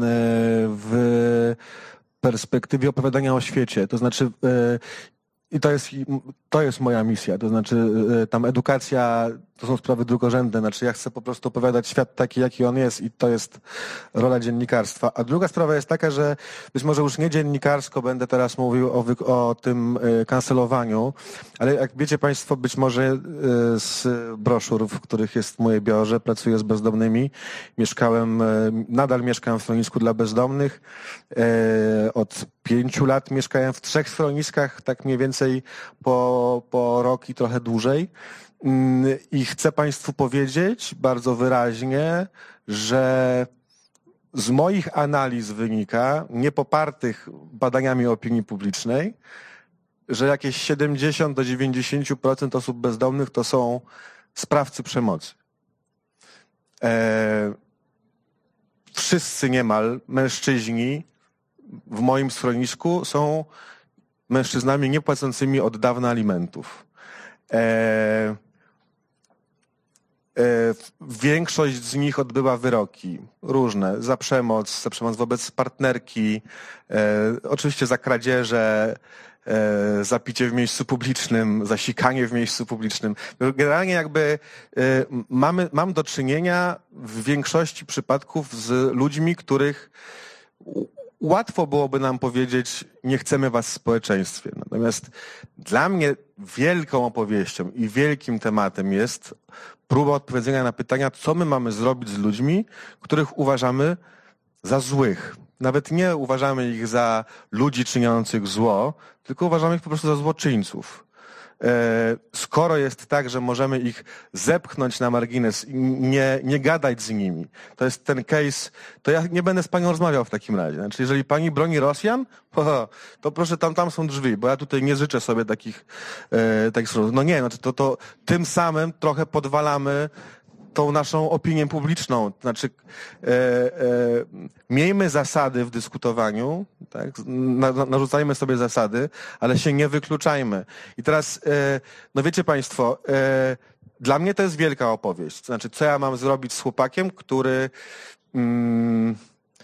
w perspektywie opowiadania o świecie. To znaczy, i to jest, to jest moja misja, to znaczy tam edukacja to są sprawy drugorzędne, znaczy ja chcę po prostu opowiadać świat taki, jaki on jest i to jest rola dziennikarstwa. A druga sprawa jest taka, że być może już nie dziennikarsko będę teraz mówił o, o tym kancelowaniu, ale jak wiecie Państwo, być może z broszur, w których jest w mojej biurze, pracuję z bezdomnymi, mieszkałem, nadal mieszkam w schronisku dla bezdomnych, od pięciu lat mieszkałem w trzech schroniskach, tak mniej więcej po, po rok i trochę dłużej. I chcę Państwu powiedzieć bardzo wyraźnie, że z moich analiz wynika, nie popartych badaniami opinii publicznej, że jakieś siedemdziesiąt do dziewięćdziesięciu procent osób bezdomnych to są sprawcy przemocy. E, wszyscy niemal mężczyźni w moim schronisku są mężczyznami niepłacącymi od dawna alimentów. E, Większość z nich odbyła wyroki różne za przemoc, za przemoc wobec partnerki, e, oczywiście za kradzieże, e, za picie w miejscu publicznym, za sikanie w miejscu publicznym. Generalnie jakby e, mamy, mam do czynienia w większości przypadków z ludźmi, których łatwo byłoby nam powiedzieć, nie chcemy was w społeczeństwie. Natomiast dla mnie wielką opowieścią i wielkim tematem jest próba odpowiedzenia na pytania, co my mamy zrobić z ludźmi, których uważamy za złych. Nawet nie uważamy ich za ludzi czyniących zło, tylko uważamy ich po prostu za złoczyńców. Skoro jest tak, że możemy ich zepchnąć na margines i nie, nie gadać z nimi, to jest ten case, to ja nie będę z panią rozmawiał w takim razie. Znaczy, jeżeli pani broni Rosjan, to proszę, tam, tam są drzwi, bo ja tutaj nie życzę sobie takich, e, takich słów. No nie, znaczy to, to tym samym trochę podwalamy tą naszą opinię publiczną. Znaczy, e, e, miejmy zasady w dyskutowaniu, tak? Na, narzucajmy sobie zasady, ale się nie wykluczajmy. I teraz, e, no wiecie Państwo, e, dla mnie to jest wielka opowieść. Znaczy, co ja mam zrobić z chłopakiem, który... Mm,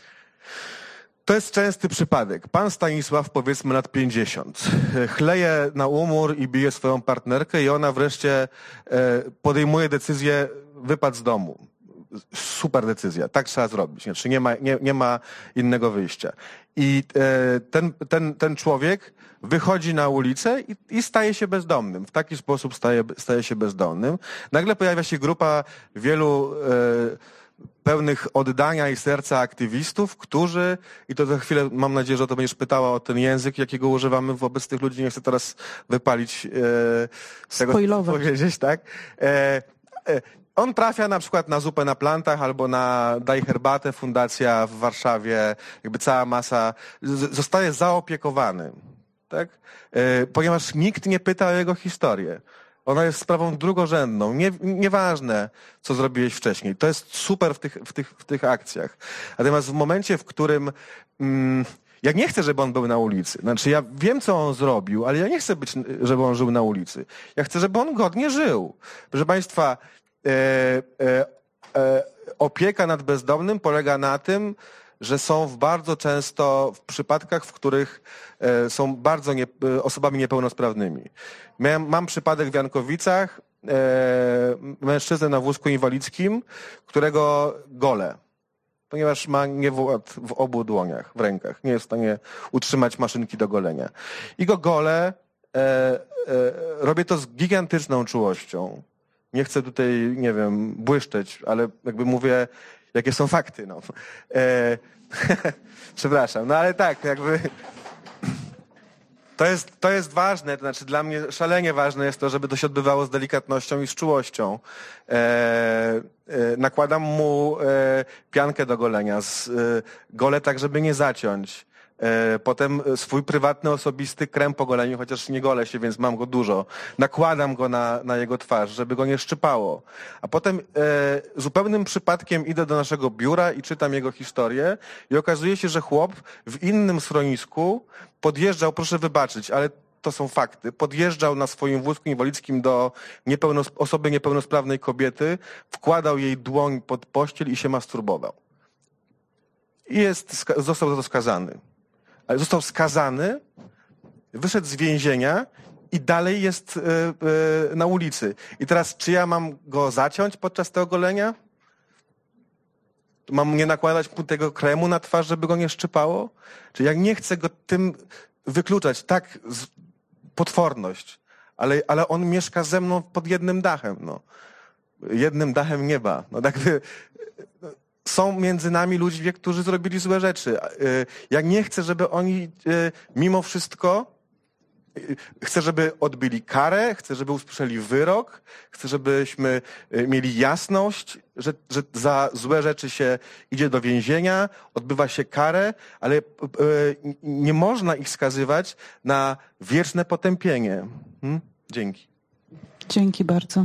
to jest częsty przypadek. Pan Stanisław, powiedzmy lat pięćdziesiąt, chleje na umór i bije swoją partnerkę i ona wreszcie e, podejmuje decyzję wypad z domu. Super decyzja, tak trzeba zrobić. Znaczy nie ma, nie, nie ma innego wyjścia. I e, ten, ten, ten człowiek wychodzi na ulicę i, i staje się bezdomnym. W taki sposób staje, staje się bezdomnym. Nagle pojawia się grupa wielu e, pełnych oddania i serca aktywistów, którzy, i to za chwilę mam nadzieję, że to będziesz pytała o ten język, jakiego używamy wobec tych ludzi. Nie chcę teraz wypalić e, tego, co powiedzieć, tak? E, e, On trafia na przykład na zupę na plantach albo na Daj Herbatę, fundacja w Warszawie, jakby cała masa, z, zostaje zaopiekowany, tak? E, ponieważ nikt nie pyta o jego historię. Ona jest sprawą drugorzędną. Nie, nieważne, co zrobiłeś wcześniej. To jest super w tych, w tych, w tych akcjach. Natomiast w momencie, w którym mm, Ja nie chcę, żeby on był na ulicy. Znaczy, ja wiem, co on zrobił, ale ja nie chcę być, żeby on żył na ulicy. Ja chcę, żeby on godnie żył. Proszę państwa, e, e, e, opieka nad bezdomnym polega na tym, że są w bardzo często w przypadkach, w których e, są bardzo nie, e, osobami niepełnosprawnymi. Miałem, mam przypadek w Jankowicach, e, mężczyznę na wózku inwalidzkim, którego golę, ponieważ ma niewład w obu dłoniach, w rękach. Nie jest w stanie utrzymać maszynki do golenia. I go golę, e, e, robię to z gigantyczną czułością. Nie chcę tutaj, nie wiem, błyszczeć, ale jakby mówię, jakie są fakty. No. E, Przepraszam, no ale tak, jakby... To jest, to jest ważne, to znaczy dla mnie szalenie ważne jest to, żeby to się odbywało z delikatnością i z czułością. E, e, nakładam mu e, piankę do golenia, z, e, golę tak, żeby nie zaciąć. E, potem swój prywatny, osobisty krem po goleniu, chociaż nie golę się, więc mam go dużo. Nakładam go na, na jego twarz, żeby go nie szczypało. A potem e, zupełnym przypadkiem idę do naszego biura i czytam jego historię i okazuje się, że chłop w innym schronisku podjeżdżał, proszę wybaczyć, ale to są fakty, podjeżdżał na swoim wózku inwalidzkim do niepełnos- osoby niepełnosprawnej kobiety, wkładał jej dłoń pod pościel i się masturbował. I jest, został za to skazany. Ale został skazany, wyszedł z więzienia i dalej jest y, y, na ulicy. I teraz, czy ja mam go zaciąć podczas tego golenia? Mam nie nakładać mu tego kremu na twarz, żeby go nie szczypało? Czy ja nie chcę go tym wykluczać? Tak, z, potworność. Ale, ale on mieszka ze mną pod jednym dachem. No. Jednym dachem nieba. No tak... Są między nami ludzie, którzy zrobili złe rzeczy. Ja nie chcę, żeby oni mimo wszystko, chcę, żeby odbyli karę, chcę, żeby usłyszeli wyrok, chcę, żebyśmy mieli jasność, że, że za złe rzeczy się idzie do więzienia, odbywa się karę, ale nie można ich skazywać na wieczne potępienie. Hmm? Dzięki. Dzięki bardzo.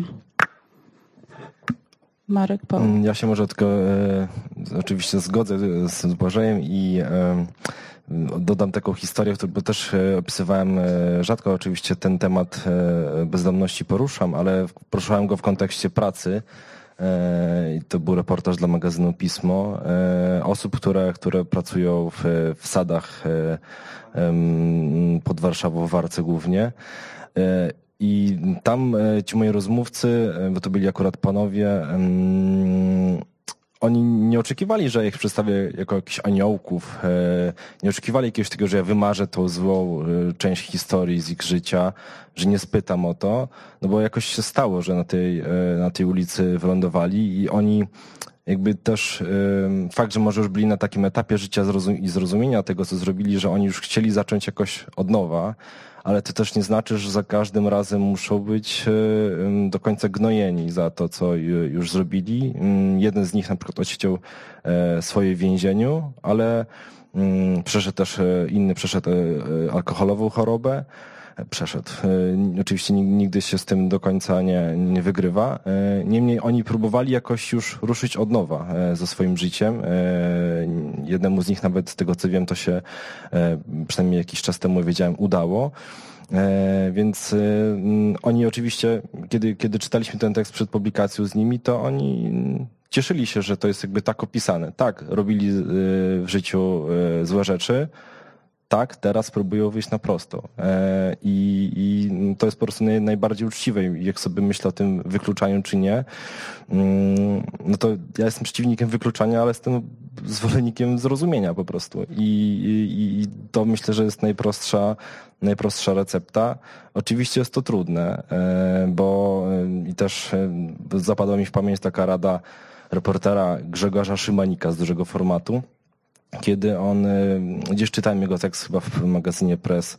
Marek, Paweł. Ja się może tylko e, oczywiście zgodzę z Błażejem i e, dodam taką historię, bo też e, opisywałem e, rzadko oczywiście ten temat e, bezdomności poruszam, ale poruszałem go w kontekście pracy. E, to był reportaż dla magazynu Pismo. E, osób, które, które pracują w, w sadach e, e, pod Warszawą, w Warce głównie. E, I tam ci moi rozmówcy, bo to byli akurat panowie, um, oni nie oczekiwali, że ich przedstawię jako jakichś aniołków, nie oczekiwali jakiegoś tego, że ja wymarzę tą złą część historii z ich życia, że nie spytam o to, no bo jakoś się stało, że na tej, na tej ulicy wylądowali i oni jakby też fakt, że może już byli na takim etapie życia i zrozumienia tego, co zrobili, że oni już chcieli zacząć jakoś od nowa, ale to też nie znaczy, że za każdym razem muszą być do końca gnojeni za to, co już zrobili. Jeden z nich na przykład odsiedział swoje w więzieniu, ale przeszedł też, inny przeszedł alkoholową chorobę. Przeszedł. Oczywiście nigdy się z tym do końca nie, nie wygrywa. Niemniej oni próbowali jakoś już ruszyć od nowa ze swoim życiem. Jednemu z nich nawet, z tego co wiem, to się przynajmniej jakiś czas temu wiedziałem, udało. Więc oni oczywiście, kiedy, kiedy czytaliśmy ten tekst przed publikacją z nimi, to oni cieszyli się, że to jest jakby tak opisane. Tak, robili w życiu złe rzeczy, tak, teraz próbują wyjść na prosto. E, i, I to jest po prostu naj, najbardziej uczciwe. Jak sobie myślę o tym wykluczaniu czy nie, mm, no to ja jestem przeciwnikiem wykluczania, ale jestem zwolennikiem zrozumienia po prostu. I, i, i to myślę, że jest najprostsza, najprostsza recepta. Oczywiście jest to trudne, e, bo e, i też e, zapadła mi w pamięć taka rada reportera Grzegorza Szymanika z Dużego Formatu, kiedy on, gdzieś czytałem jego tekst chyba w magazynie Press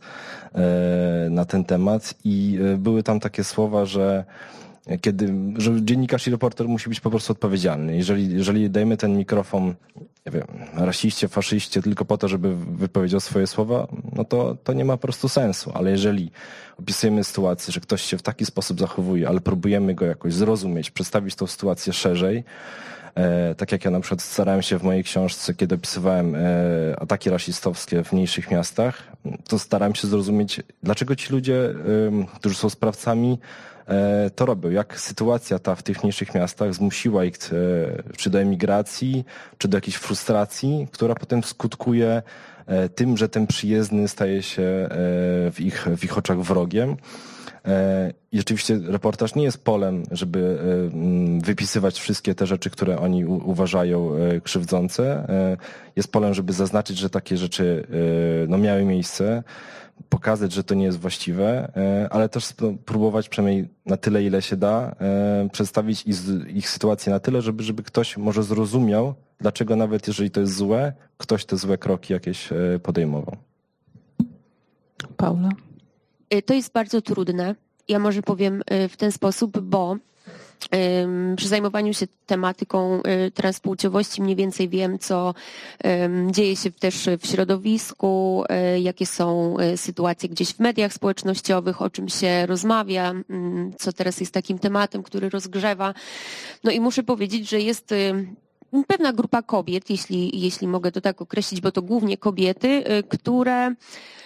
na ten temat i były tam takie słowa, że kiedy, że dziennikarz i reporter musi być po prostu odpowiedzialny. Jeżeli, jeżeli dajemy ten mikrofon, nie wiem, rasiście, faszyście tylko po to, żeby wypowiedział swoje słowa, no to, to nie ma po prostu sensu. Ale jeżeli opisujemy sytuację, że ktoś się w taki sposób zachowuje, ale próbujemy go jakoś zrozumieć, przedstawić tą sytuację szerzej, Tak jak ja na przykład starałem się w mojej książce, kiedy opisywałem ataki rasistowskie w mniejszych miastach, to starałem się zrozumieć, dlaczego ci ludzie, którzy są sprawcami, to robią. Jak sytuacja ta w tych mniejszych miastach zmusiła ich czy do emigracji, czy do jakiejś frustracji, która potem skutkuje tym, że ten przyjezdny staje się w ich, w ich oczach wrogiem. I rzeczywiście reportaż nie jest polem, żeby wypisywać wszystkie te rzeczy, które oni uważają krzywdzące. Jest polem, żeby zaznaczyć, że takie rzeczy no, miały miejsce, pokazać, że to nie jest właściwe, ale też próbować przynajmniej na tyle, ile się da, przedstawić ich, ich sytuację na tyle, żeby, żeby ktoś może zrozumiał, dlaczego nawet jeżeli to jest złe, ktoś te złe kroki jakieś podejmował. Paula? To jest bardzo trudne. Ja może powiem w ten sposób, bo przy zajmowaniu się tematyką transpłciowości mniej więcej wiem, co dzieje się też w środowisku, jakie są sytuacje gdzieś w mediach społecznościowych, o czym się rozmawia, co teraz jest takim tematem, który rozgrzewa. No i muszę powiedzieć, że jest pewna grupa kobiet, jeśli, jeśli mogę to tak określić, bo to głównie kobiety, które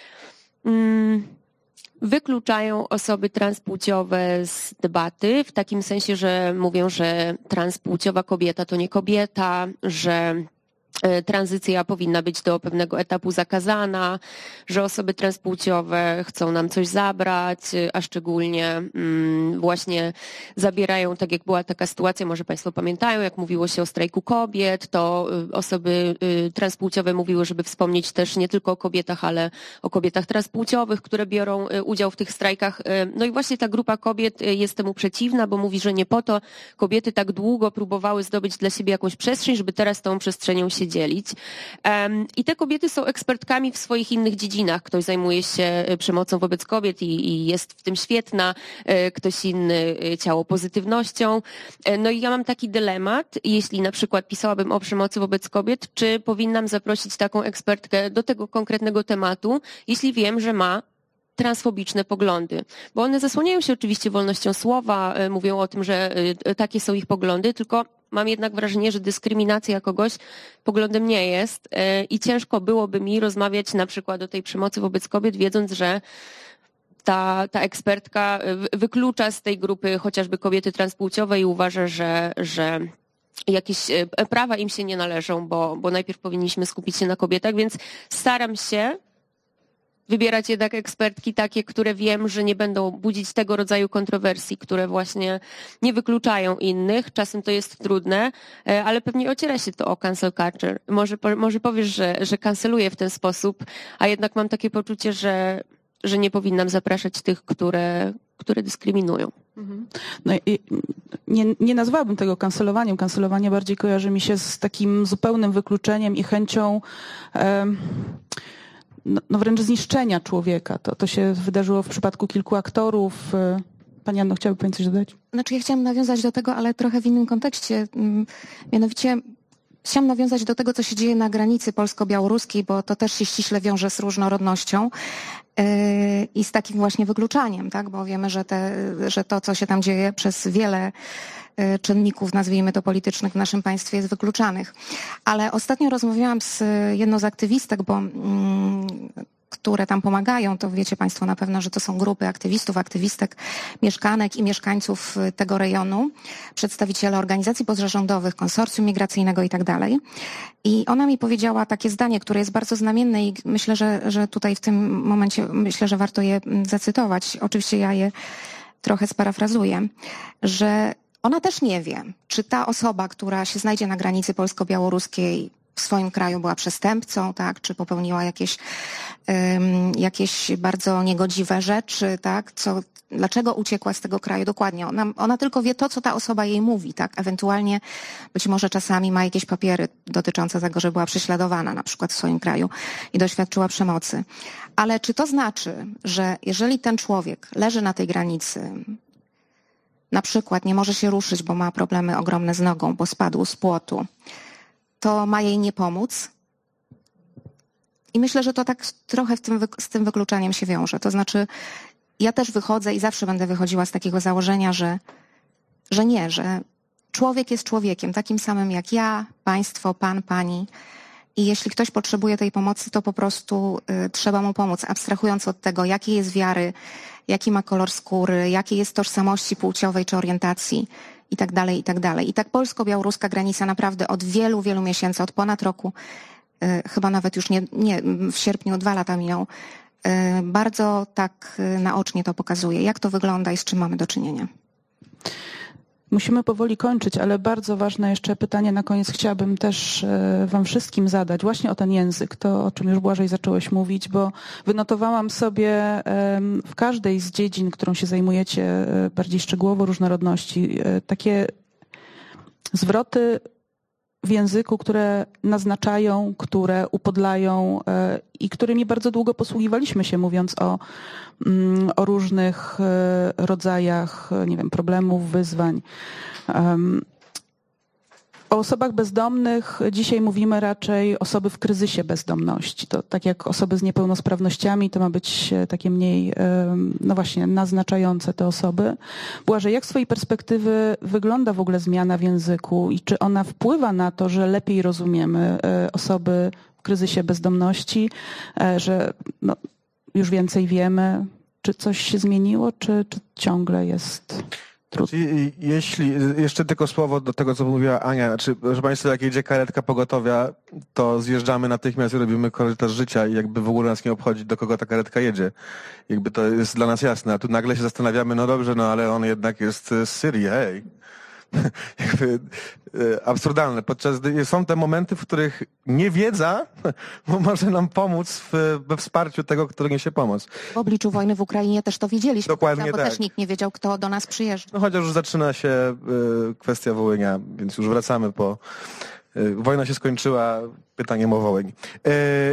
wykluczają osoby transpłciowe z debaty, w takim sensie, że mówią, że transpłciowa kobieta to nie kobieta, że tranzycja powinna być do pewnego etapu zakazana, że osoby transpłciowe chcą nam coś zabrać, a szczególnie właśnie zabierają, tak jak była taka sytuacja, może Państwo pamiętają, jak mówiło się o strajku kobiet, to osoby transpłciowe mówiły, żeby wspomnieć też nie tylko o kobietach, ale o kobietach transpłciowych, które biorą udział w tych strajkach. No i właśnie ta grupa kobiet jest temu przeciwna, bo mówi, że nie po to kobiety tak długo próbowały zdobyć dla siebie jakąś przestrzeń, żeby teraz tą przestrzenią się dzielić. I te kobiety są ekspertkami w swoich innych dziedzinach. Ktoś zajmuje się przemocą wobec kobiet i, i jest w tym świetna, ktoś inny ciało pozytywnością. No i ja mam taki dylemat, jeśli na przykład pisałabym o przemocy wobec kobiet, czy powinnam zaprosić taką ekspertkę do tego konkretnego tematu, jeśli wiem, że ma transfobiczne poglądy, bo one zasłaniają się oczywiście wolnością słowa, mówią o tym, że takie są ich poglądy, tylko mam jednak wrażenie, że dyskryminacja kogoś poglądem nie jest i ciężko byłoby mi rozmawiać na przykład o tej przemocy wobec kobiet, wiedząc, że ta, ta ekspertka wyklucza z tej grupy chociażby kobiety transpłciowe i uważa, że, że jakieś prawa im się nie należą, bo, bo najpierw powinniśmy skupić się na kobietach, więc staram się wybierać jednak ekspertki takie, które wiem, że nie będą budzić tego rodzaju kontrowersji, które właśnie nie wykluczają innych. Czasem to jest trudne, ale pewnie ociera się to o cancel culture. Może, może powiesz, że, że kanceluję w ten sposób, a jednak mam takie poczucie, że, że nie powinnam zapraszać tych, które, które dyskryminują. No i nie, nie nazwałabym tego kancelowaniem. Kancelowanie bardziej kojarzy mi się z takim zupełnym wykluczeniem i chęcią um, No, no wręcz zniszczenia człowieka. To, to się wydarzyło w przypadku kilku aktorów. Pani Anno, chciałaby Pani coś dodać? Znaczy ja chciałam nawiązać do tego, ale trochę w innym kontekście. Mianowicie chciałam nawiązać do tego, co się dzieje na granicy polsko-białoruskiej, bo to też się ściśle wiąże z różnorodnością yy, i z takim właśnie wykluczaniem, tak? Bo wiemy, że, te, że to, co się tam dzieje przez wiele czynników, nazwijmy to politycznych w naszym państwie jest wykluczanych. Ale ostatnio rozmawiałam z jedną z aktywistek, bo mm, które tam pomagają, to wiecie Państwo na pewno, że to są grupy aktywistów, aktywistek, mieszkanek i mieszkańców tego rejonu, przedstawiciele organizacji pozarządowych, konsorcjum migracyjnego i tak dalej. I ona mi powiedziała takie zdanie, które jest bardzo znamienne i myślę, że, że tutaj w tym momencie myślę, że warto je zacytować. Oczywiście ja je trochę sparafrazuję, że ona też nie wie, czy ta osoba, która się znajdzie na granicy polsko-białoruskiej w swoim kraju była przestępcą, tak, czy popełniła jakieś, um, jakieś bardzo niegodziwe rzeczy, tak, co, dlaczego uciekła z tego kraju dokładnie. Ona, ona tylko wie to, co ta osoba jej mówi, tak, ewentualnie być może czasami ma jakieś papiery dotyczące tego, że była prześladowana na przykład w swoim kraju i doświadczyła przemocy. Ale czy to znaczy, że jeżeli ten człowiek leży na tej granicy, na przykład nie może się ruszyć, bo ma problemy ogromne z nogą, bo spadł z płotu, to ma jej nie pomóc? I myślę, że to tak trochę w tym, z tym wykluczaniem się wiąże. To znaczy, ja też wychodzę i zawsze będę wychodziła z takiego założenia, że, że nie, że człowiek jest człowiekiem, takim samym jak ja, państwo, pan, pani. I jeśli ktoś potrzebuje tej pomocy, to po prostu y, trzeba mu pomóc, abstrahując od tego, jakiej jest wiary, jaki ma kolor skóry, jakiej jest tożsamości płciowej czy orientacji i tak dalej, i tak dalej. I tak polsko-białoruska granica naprawdę od wielu, wielu miesięcy, od ponad roku, y, chyba nawet już nie, nie, w sierpniu dwa lata miną, y, bardzo tak y, naocznie to pokazuje, jak to wygląda i z czym mamy do czynienia. Musimy powoli kończyć, ale bardzo ważne jeszcze pytanie na koniec chciałabym też wam wszystkim zadać, właśnie o ten język, to o czym już Błażej zacząłeś mówić, bo wynotowałam sobie w każdej z dziedzin, którą się zajmujecie bardziej szczegółowo różnorodności, takie zwroty w języku, które naznaczają, które upodlają i którymi bardzo długo posługiwaliśmy się, mówiąc o, o różnych rodzajach, nie wiem, problemów, wyzwań. O osobach bezdomnych dzisiaj mówimy raczej osoby w kryzysie bezdomności. To tak jak osoby z niepełnosprawnościami, to ma być takie mniej, no właśnie, naznaczające te osoby. Błażej, jak z twojej perspektywy wygląda w ogóle zmiana w języku i czy ona wpływa na to, że lepiej rozumiemy osoby w kryzysie bezdomności, że no, już więcej wiemy? Czy coś się zmieniło, czy, czy ciągle jest... Czyli jeśli, jeszcze tylko słowo do tego, co mówiła Ania, znaczy, proszę Państwa, jak jedzie karetka pogotowia, to zjeżdżamy natychmiast i robimy korytarz życia i jakby w ogóle nas nie obchodzi, do kogo ta karetka jedzie. Jakby to jest dla nas jasne, a tu nagle się zastanawiamy, no dobrze, no ale on jednak jest z Syrii, hej. Jakby absurdalne. Podczas gdy są te momenty, w których niewiedza może nam pomóc w, we wsparciu tego, który niesie pomoc. W obliczu wojny w Ukrainie też to widzieliśmy. Dokładnie prawda? Bo tak. też nikt nie wiedział, kto do nas przyjeżdża. No chociaż już zaczyna się y, kwestia Wołynia, więc już wracamy po... Y, wojna się skończyła, pytaniem o Wołyń. Y,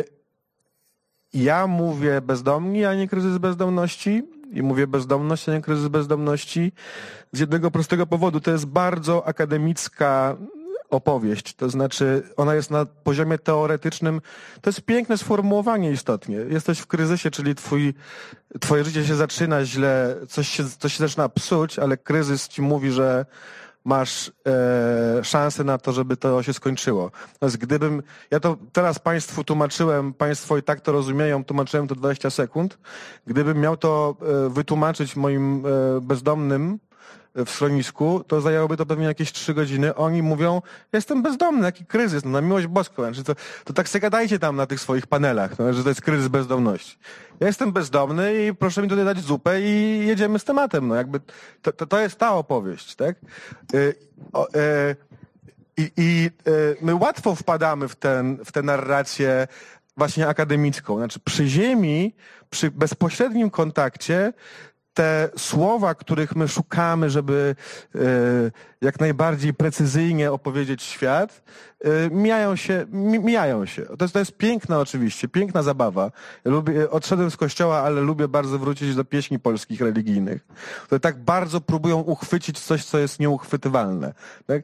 ja mówię bezdomni, a nie kryzys bezdomności. I mówię bezdomność, a nie kryzys bezdomności z jednego prostego powodu. To jest bardzo akademicka opowieść. To znaczy ona jest na poziomie teoretycznym. To jest piękne sformułowanie istotnie. Jesteś w kryzysie, czyli twój, twoje życie się zaczyna źle, coś się, coś się zaczyna psuć, ale kryzys ci mówi, że masz e, szansę na to, żeby to się skończyło. Natomiast gdybym, ja to teraz Państwu tłumaczyłem, Państwo i tak to rozumieją, tłumaczyłem to dwadzieścia sekund. Gdybym miał to e, wytłumaczyć moim e, bezdomnym w schronisku, to zajęłoby to pewnie jakieś trzy godziny. Oni mówią, jestem bezdomny, jaki kryzys, no na miłość boską. Znaczy to, to tak se gadajcie tam na tych swoich panelach, no, że to jest kryzys bezdomności. Ja jestem bezdomny i proszę mi tutaj dać zupę i jedziemy z tematem. No jakby to, to, to jest ta opowieść, tak? Yy, o, yy, I i yy, my łatwo wpadamy w, ten, w tę narrację właśnie akademicką. Znaczy przy ziemi, przy bezpośrednim kontakcie te słowa, których my szukamy, żeby y, jak najbardziej precyzyjnie opowiedzieć świat, y, mijają się, mi, mijają się. To jest, to jest piękna oczywiście, piękna zabawa. Ja lubię, odszedłem z kościoła, ale lubię bardzo wrócić do pieśni polskich religijnych, które tak bardzo próbują uchwycić coś, co jest nieuchwytywalne. Tak?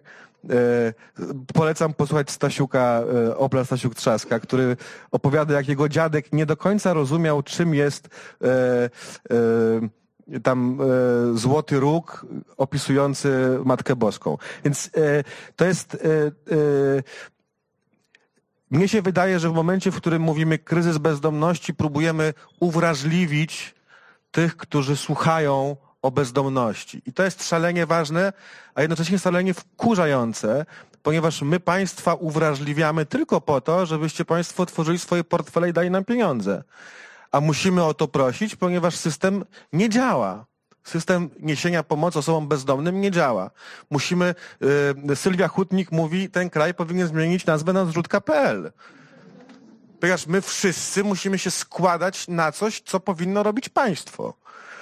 Polecam posłuchać Stasiuka, Opla Stasiuk Trzaska, który opowiada, jak jego dziadek nie do końca rozumiał, czym jest e, e, tam e, złoty róg opisujący Matkę Boską. Więc e, to jest... E, e, mnie się wydaje, że w momencie, w którym mówimy kryzys bezdomności, próbujemy uwrażliwić tych, którzy słuchają o bezdomności. I to jest szalenie ważne, a jednocześnie szalenie wkurzające, ponieważ my państwa uwrażliwiamy tylko po to, żebyście państwo otworzyli swoje portfele i dali nam pieniądze. A musimy o to prosić, ponieważ system nie działa. System niesienia pomocy osobom bezdomnym nie działa. Musimy, yy, Sylwia Hutnik mówi, ten kraj powinien zmienić nazwę na zrzutka kropka p l. Ponieważ my wszyscy musimy się składać na coś, co powinno robić państwo.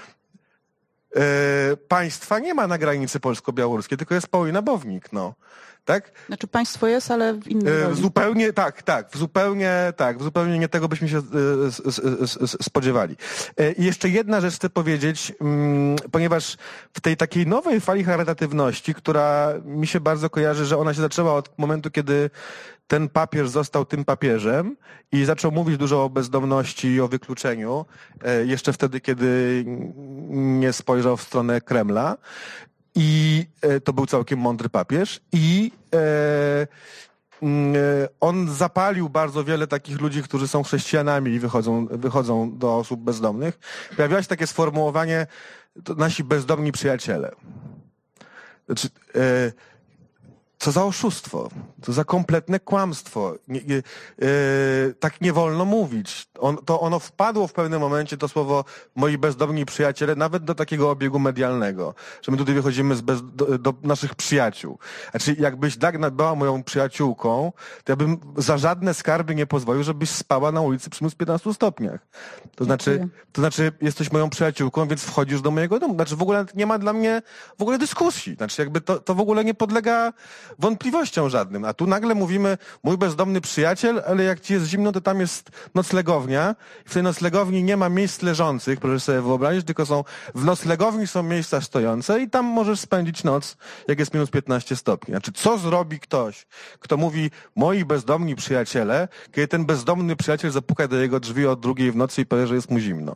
Yy, państwa nie ma na granicy polsko-białoruskiej, tylko jest Paulina Bownik, no. Tak? Znaczy państwo jest, ale w innym yy, Zupełnie, tak, tak, w zupełnie, tak, w zupełnie nie tego byśmy się yy, spodziewali. Yy, I jeszcze jedna rzecz chcę powiedzieć, yy, ponieważ w tej takiej nowej fali charytatywności, która mi się bardzo kojarzy, że ona się zaczęła od momentu, kiedy ten papież został tym papieżem i zaczął mówić dużo o bezdomności i o wykluczeniu, jeszcze wtedy, kiedy nie spojrzał w stronę Kremla. I to był całkiem mądry papież i e, on zapalił bardzo wiele takich ludzi, którzy są chrześcijanami i wychodzą, wychodzą do osób bezdomnych. Pojawiało się takie sformułowanie, to nasi bezdomni przyjaciele. Znaczy, e, co za oszustwo, co za kompletne kłamstwo. Nie, nie, e, tak nie wolno mówić. On, to ono wpadło w pewnym momencie, to słowo moi bezdomni przyjaciele, nawet do takiego obiegu medialnego, że my tutaj wychodzimy z bez, do, do naszych przyjaciół. Znaczy, jakbyś Dagna była moją przyjaciółką, to ja bym za żadne skarby nie pozwolił, żebyś spała na ulicy przy minus piętnastu stopniach. To znaczy, to znaczy, jesteś moją przyjaciółką, więc wchodzisz do mojego domu. Znaczy, w ogóle nie ma dla mnie w ogóle dyskusji. Znaczy, jakby to, to w ogóle nie podlega wątpliwościom żadnym. A tu nagle mówimy, mój bezdomny przyjaciel, ale jak ci jest zimno, to tam jest noclegownia. W tej noclegowni nie ma miejsc leżących, proszę sobie wyobrazić, tylko są, w noclegowni są miejsca stojące i tam możesz spędzić noc, jak jest minus piętnaście stopni. Znaczy, co zrobi ktoś, kto mówi, moi bezdomni przyjaciele, kiedy ten bezdomny przyjaciel zapuka do jego drzwi o drugiej w nocy i powie, że jest mu zimno.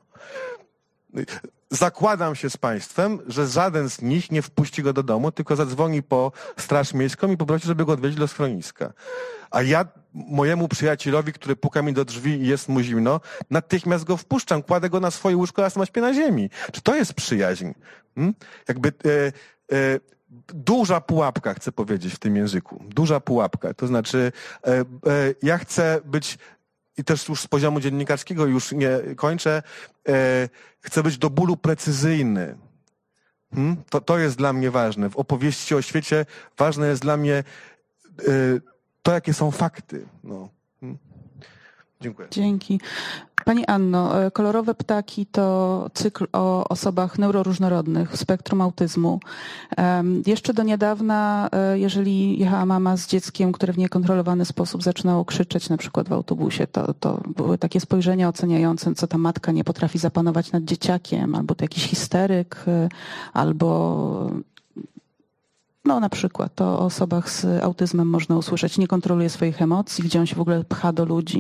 Zakładam się z państwem, że żaden z nich nie wpuści go do domu, tylko zadzwoni po straż miejską i poprosi, żeby go odwiedzić do schroniska. A ja mojemu przyjacielowi, który puka mi do drzwi i jest mu zimno, natychmiast go wpuszczam, kładę go na swoje łóżko, a sam śpię na ziemi. Czy to jest przyjaźń? Hmm? Jakby e, e, duża pułapka, chcę powiedzieć w tym języku. Duża pułapka. To znaczy, e, e, ja chcę być, i też już z poziomu dziennikarskiego już nie kończę, e, chcę być do bólu precyzyjny. Hmm? To, to jest dla mnie ważne. W opowieści o świecie ważne jest dla mnie e, to, jakie są fakty. No. Hmm? Dziękuję. Dzięki. Pani Anno, Kolorowe ptaki to cykl o osobach neuroróżnorodnych w spektrum autyzmu. Um, jeszcze do niedawna, jeżeli jechała mama z dzieckiem, które w niekontrolowany sposób zaczynało krzyczeć, na przykład w autobusie, to, to były takie spojrzenia oceniające, co ta matka nie potrafi zapanować nad dzieciakiem, albo to jakiś histeryk, albo... No na przykład to o osobach z autyzmem można usłyszeć, nie kontroluje swoich emocji, gdzie on się w ogóle pcha do ludzi.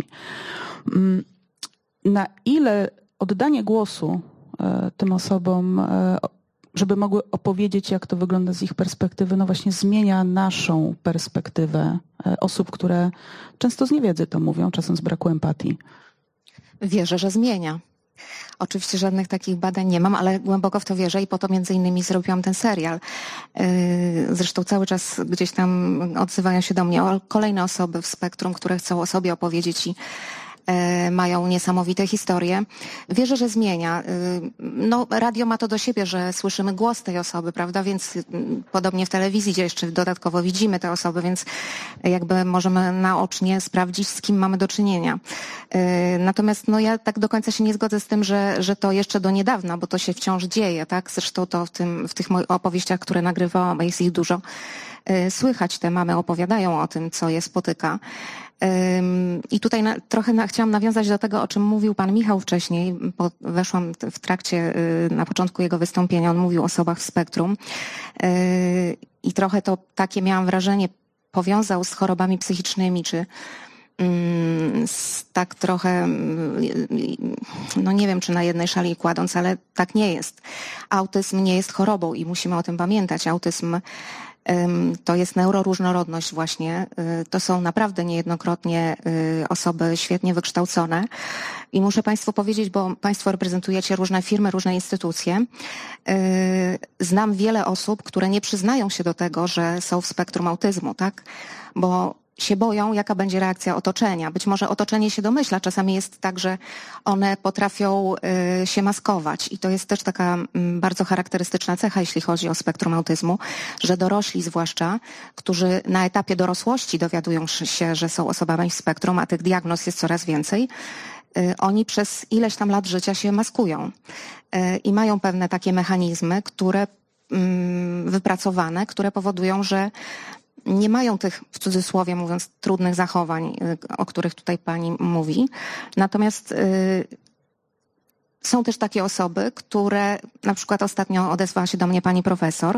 Na ile oddanie głosu tym osobom, żeby mogły opowiedzieć, jak to wygląda z ich perspektywy, no właśnie zmienia naszą perspektywę osób, które często z niewiedzy to mówią, czasem z braku empatii? Wierzę, że zmienia. Oczywiście żadnych takich badań nie mam, ale głęboko w to wierzę i po to między innymi zrobiłam ten serial. Zresztą cały czas gdzieś tam odzywają się do mnie kolejne osoby w spektrum, które chcą o sobie opowiedzieć i mają niesamowite historie. Wierzę, że zmienia. No, radio ma to do siebie, że słyszymy głos tej osoby, prawda? Więc podobnie w telewizji, gdzie jeszcze dodatkowo widzimy te osoby, więc jakby możemy naocznie sprawdzić, z kim mamy do czynienia. Natomiast no, ja tak do końca się nie zgodzę z tym, że, że to jeszcze do niedawna, bo to się wciąż dzieje, tak? Zresztą to w, tym, w tych moich opowieściach, które nagrywałam, a jest ich dużo, słychać, te mamy opowiadają o tym, co je spotyka. I tutaj na, trochę na, chciałam nawiązać do tego, o czym mówił pan Michał wcześniej, bo weszłam w trakcie, na początku jego wystąpienia, on mówił o osobach w spektrum i trochę to takie miałam wrażenie powiązał z chorobami psychicznymi, czy z tak trochę, no nie wiem, czy na jednej szali kładąc, ale tak nie jest. Autyzm nie jest chorobą i musimy o tym pamiętać. Autyzm to jest neuroróżnorodność właśnie. To są naprawdę niejednokrotnie osoby świetnie wykształcone. I muszę państwu powiedzieć, bo państwo reprezentujecie różne firmy, różne instytucje. Znam wiele osób, które nie przyznają się do tego, że są w spektrum autyzmu, tak? Bo się boją, jaka będzie reakcja otoczenia. Być może otoczenie się domyśla. Czasami jest tak, że one potrafią y, się maskować i to jest też taka y, bardzo charakterystyczna cecha, jeśli chodzi o spektrum autyzmu, że dorośli zwłaszcza, którzy na etapie dorosłości dowiadują się, że są osobami w spektrum, a tych diagnoz jest coraz więcej, y, oni przez ileś tam lat życia się maskują y, i mają pewne takie mechanizmy, które y, wypracowane, które powodują, że nie mają tych, w cudzysłowie mówiąc, trudnych zachowań, o których tutaj pani mówi. Natomiast y, są też takie osoby, które, na przykład ostatnio odezwała się do mnie pani profesor,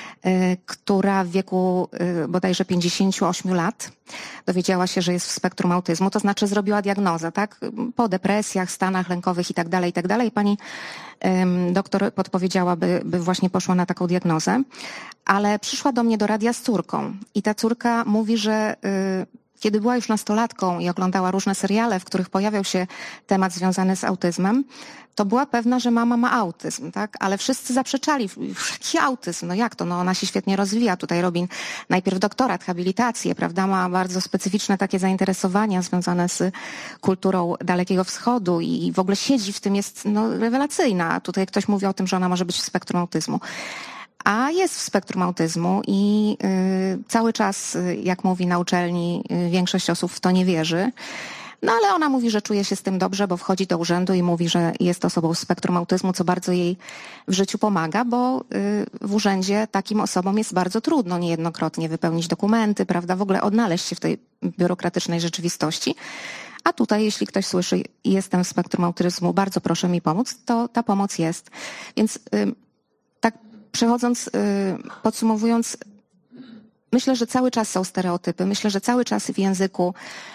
która w wieku bodajże pięćdziesięciu ośmiu lat dowiedziała się, że jest w spektrum autyzmu, to znaczy zrobiła diagnozę, tak? Po depresjach, stanach lękowych i tak dalej, i tak dalej. Pani um, doktor podpowiedziała, by, by właśnie poszła na taką diagnozę, ale przyszła do mnie do radia z córką i ta córka mówi, że y, kiedy była już nastolatką i oglądała różne seriale, w których pojawiał się temat związany z autyzmem, to była pewna, że mama ma autyzm, tak? Ale wszyscy zaprzeczali. Jaki autyzm? No jak to? No ona się świetnie rozwija. Tutaj robi najpierw doktorat, habilitację, prawda? Ma bardzo specyficzne takie zainteresowania związane z kulturą Dalekiego Wschodu i w ogóle siedzi w tym, jest no, rewelacyjna. A tutaj ktoś mówi o tym, że ona może być w spektrum autyzmu. A jest w spektrum autyzmu i y, cały czas, jak mówi na uczelni, y, większość osób w to nie wierzy. No ale ona mówi, że czuje się z tym dobrze, bo wchodzi do urzędu i mówi, że jest osobą z spektrum autyzmu, co bardzo jej w życiu pomaga, bo y, w urzędzie takim osobom jest bardzo trudno niejednokrotnie wypełnić dokumenty, prawda, w ogóle odnaleźć się w tej biurokratycznej rzeczywistości. A tutaj, jeśli ktoś słyszy, jestem w spektrum autyzmu, bardzo proszę mi pomóc, to ta pomoc jest. Więc y, tak przechodząc, podsumowując, myślę, że cały czas są stereotypy. Myślę, że cały czas w języku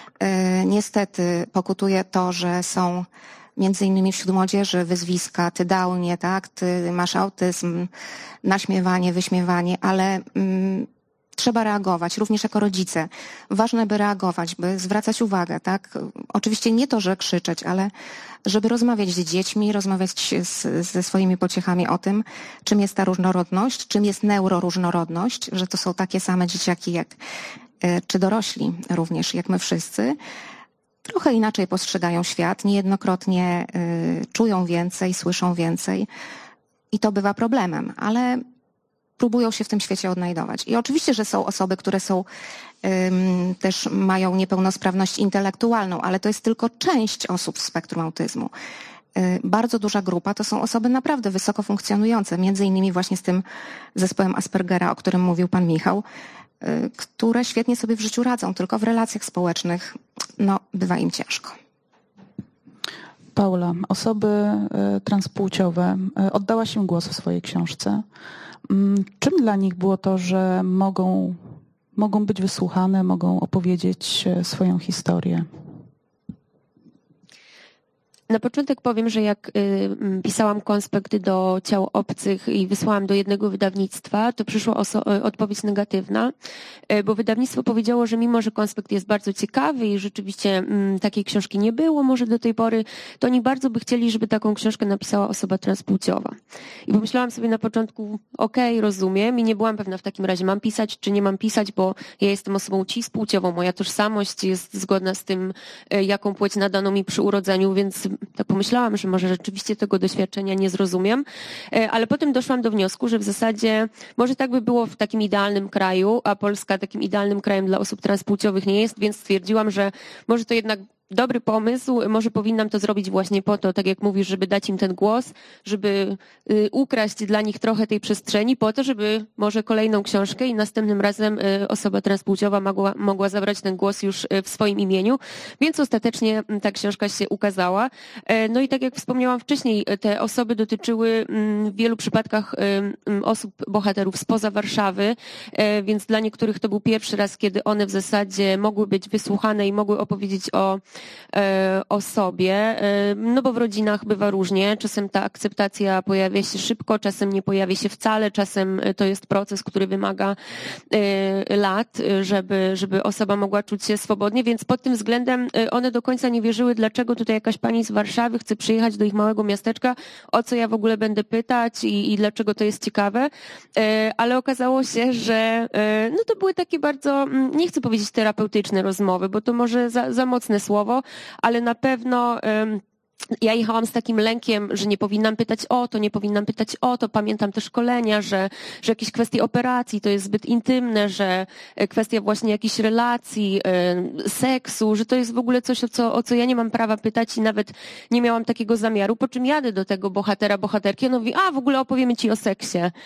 niestety pokutuje to, że są między innymi wśród młodzieży wyzwiska, ty downie, tak, ty masz autyzm, naśmiewanie, wyśmiewanie, ale mm, trzeba reagować, również jako rodzice. Ważne, by reagować, by zwracać uwagę, tak? Oczywiście nie to, że krzyczeć, ale żeby rozmawiać z dziećmi, rozmawiać z, ze swoimi pociechami o tym, czym jest ta różnorodność, czym jest neuroróżnorodność, że to są takie same dzieciaki jak, czy dorośli również, jak my wszyscy. Trochę inaczej postrzegają świat, niejednokrotnie y, czują więcej, słyszą więcej i to bywa problemem, ale próbują się w tym świecie odnajdować. I oczywiście, że są osoby, które są ym, też mają niepełnosprawność intelektualną, ale to jest tylko część osób w spektrum autyzmu. Yy, bardzo duża grupa to są osoby naprawdę wysoko funkcjonujące, między innymi właśnie z tym zespołem Aspergera, o którym mówił pan Michał, yy, które świetnie sobie w życiu radzą, tylko w relacjach społecznych no, bywa im ciężko. Paula, osoby y, transpłciowe, y, oddałaś im głos w swojej książce. Czym dla nich było to, że mogą, mogą być wysłuchane, mogą opowiedzieć swoją historię? Na początek powiem, że jak y, pisałam konspekt do Ciał obcych i wysłałam do jednego wydawnictwa, to przyszła oso- odpowiedź negatywna, y, bo wydawnictwo powiedziało, że mimo, że konspekt jest bardzo ciekawy i rzeczywiście y, takiej książki nie było może do tej pory, to oni bardzo by chcieli, żeby taką książkę napisała osoba transpłciowa. I pomyślałam sobie na początku, okej, okay, rozumiem i nie byłam pewna w takim razie, mam pisać czy nie mam pisać, bo ja jestem osobą cispłciową, moja tożsamość jest zgodna z tym, y, jaką płeć nadano mi przy urodzeniu, więc tak pomyślałam, że może rzeczywiście tego doświadczenia nie zrozumiem, ale potem doszłam do wniosku, że w zasadzie może tak by było w takim idealnym kraju, a Polska takim idealnym krajem dla osób transpłciowych nie jest, więc stwierdziłam, że może to jednak dobry pomysł, może powinnam to zrobić właśnie po to, tak jak mówisz, żeby dać im ten głos, żeby y, ukraść dla nich trochę tej przestrzeni po to, żeby może kolejną książkę i następnym razem y, osoba transpłciowa mogła, mogła zabrać ten głos już y, w swoim imieniu, więc ostatecznie y, ta książka się ukazała. Y, no i tak jak wspomniałam wcześniej, y, te osoby dotyczyły y, w wielu przypadkach y, y, osób, bohaterów spoza Warszawy, y, więc dla niektórych to był pierwszy raz, kiedy one w zasadzie mogły być wysłuchane i mogły opowiedzieć o o sobie, no bo w rodzinach bywa różnie, czasem ta akceptacja pojawia się szybko, czasem nie pojawia się wcale, czasem to jest proces, który wymaga lat, żeby, żeby osoba mogła czuć się swobodnie, więc pod tym względem one do końca nie wierzyły, dlaczego tutaj jakaś pani z Warszawy chce przyjechać do ich małego miasteczka, o co ja w ogóle będę pytać i, i dlaczego to jest ciekawe, ale okazało się, że no to były takie bardzo, nie chcę powiedzieć terapeutyczne rozmowy, bo to może za, za mocne słowo, ale na pewno um, ja jechałam z takim lękiem, że nie powinnam pytać o to, nie powinnam pytać o to. Pamiętam te szkolenia, że, że jakieś kwestie operacji to jest zbyt intymne, że kwestia właśnie jakichś relacji, y, seksu, że to jest w ogóle coś, o co, o co ja nie mam prawa pytać i nawet nie miałam takiego zamiaru, po czym jadę do tego bohatera, bohaterki, on mówi, a w ogóle opowiemy ci o seksie.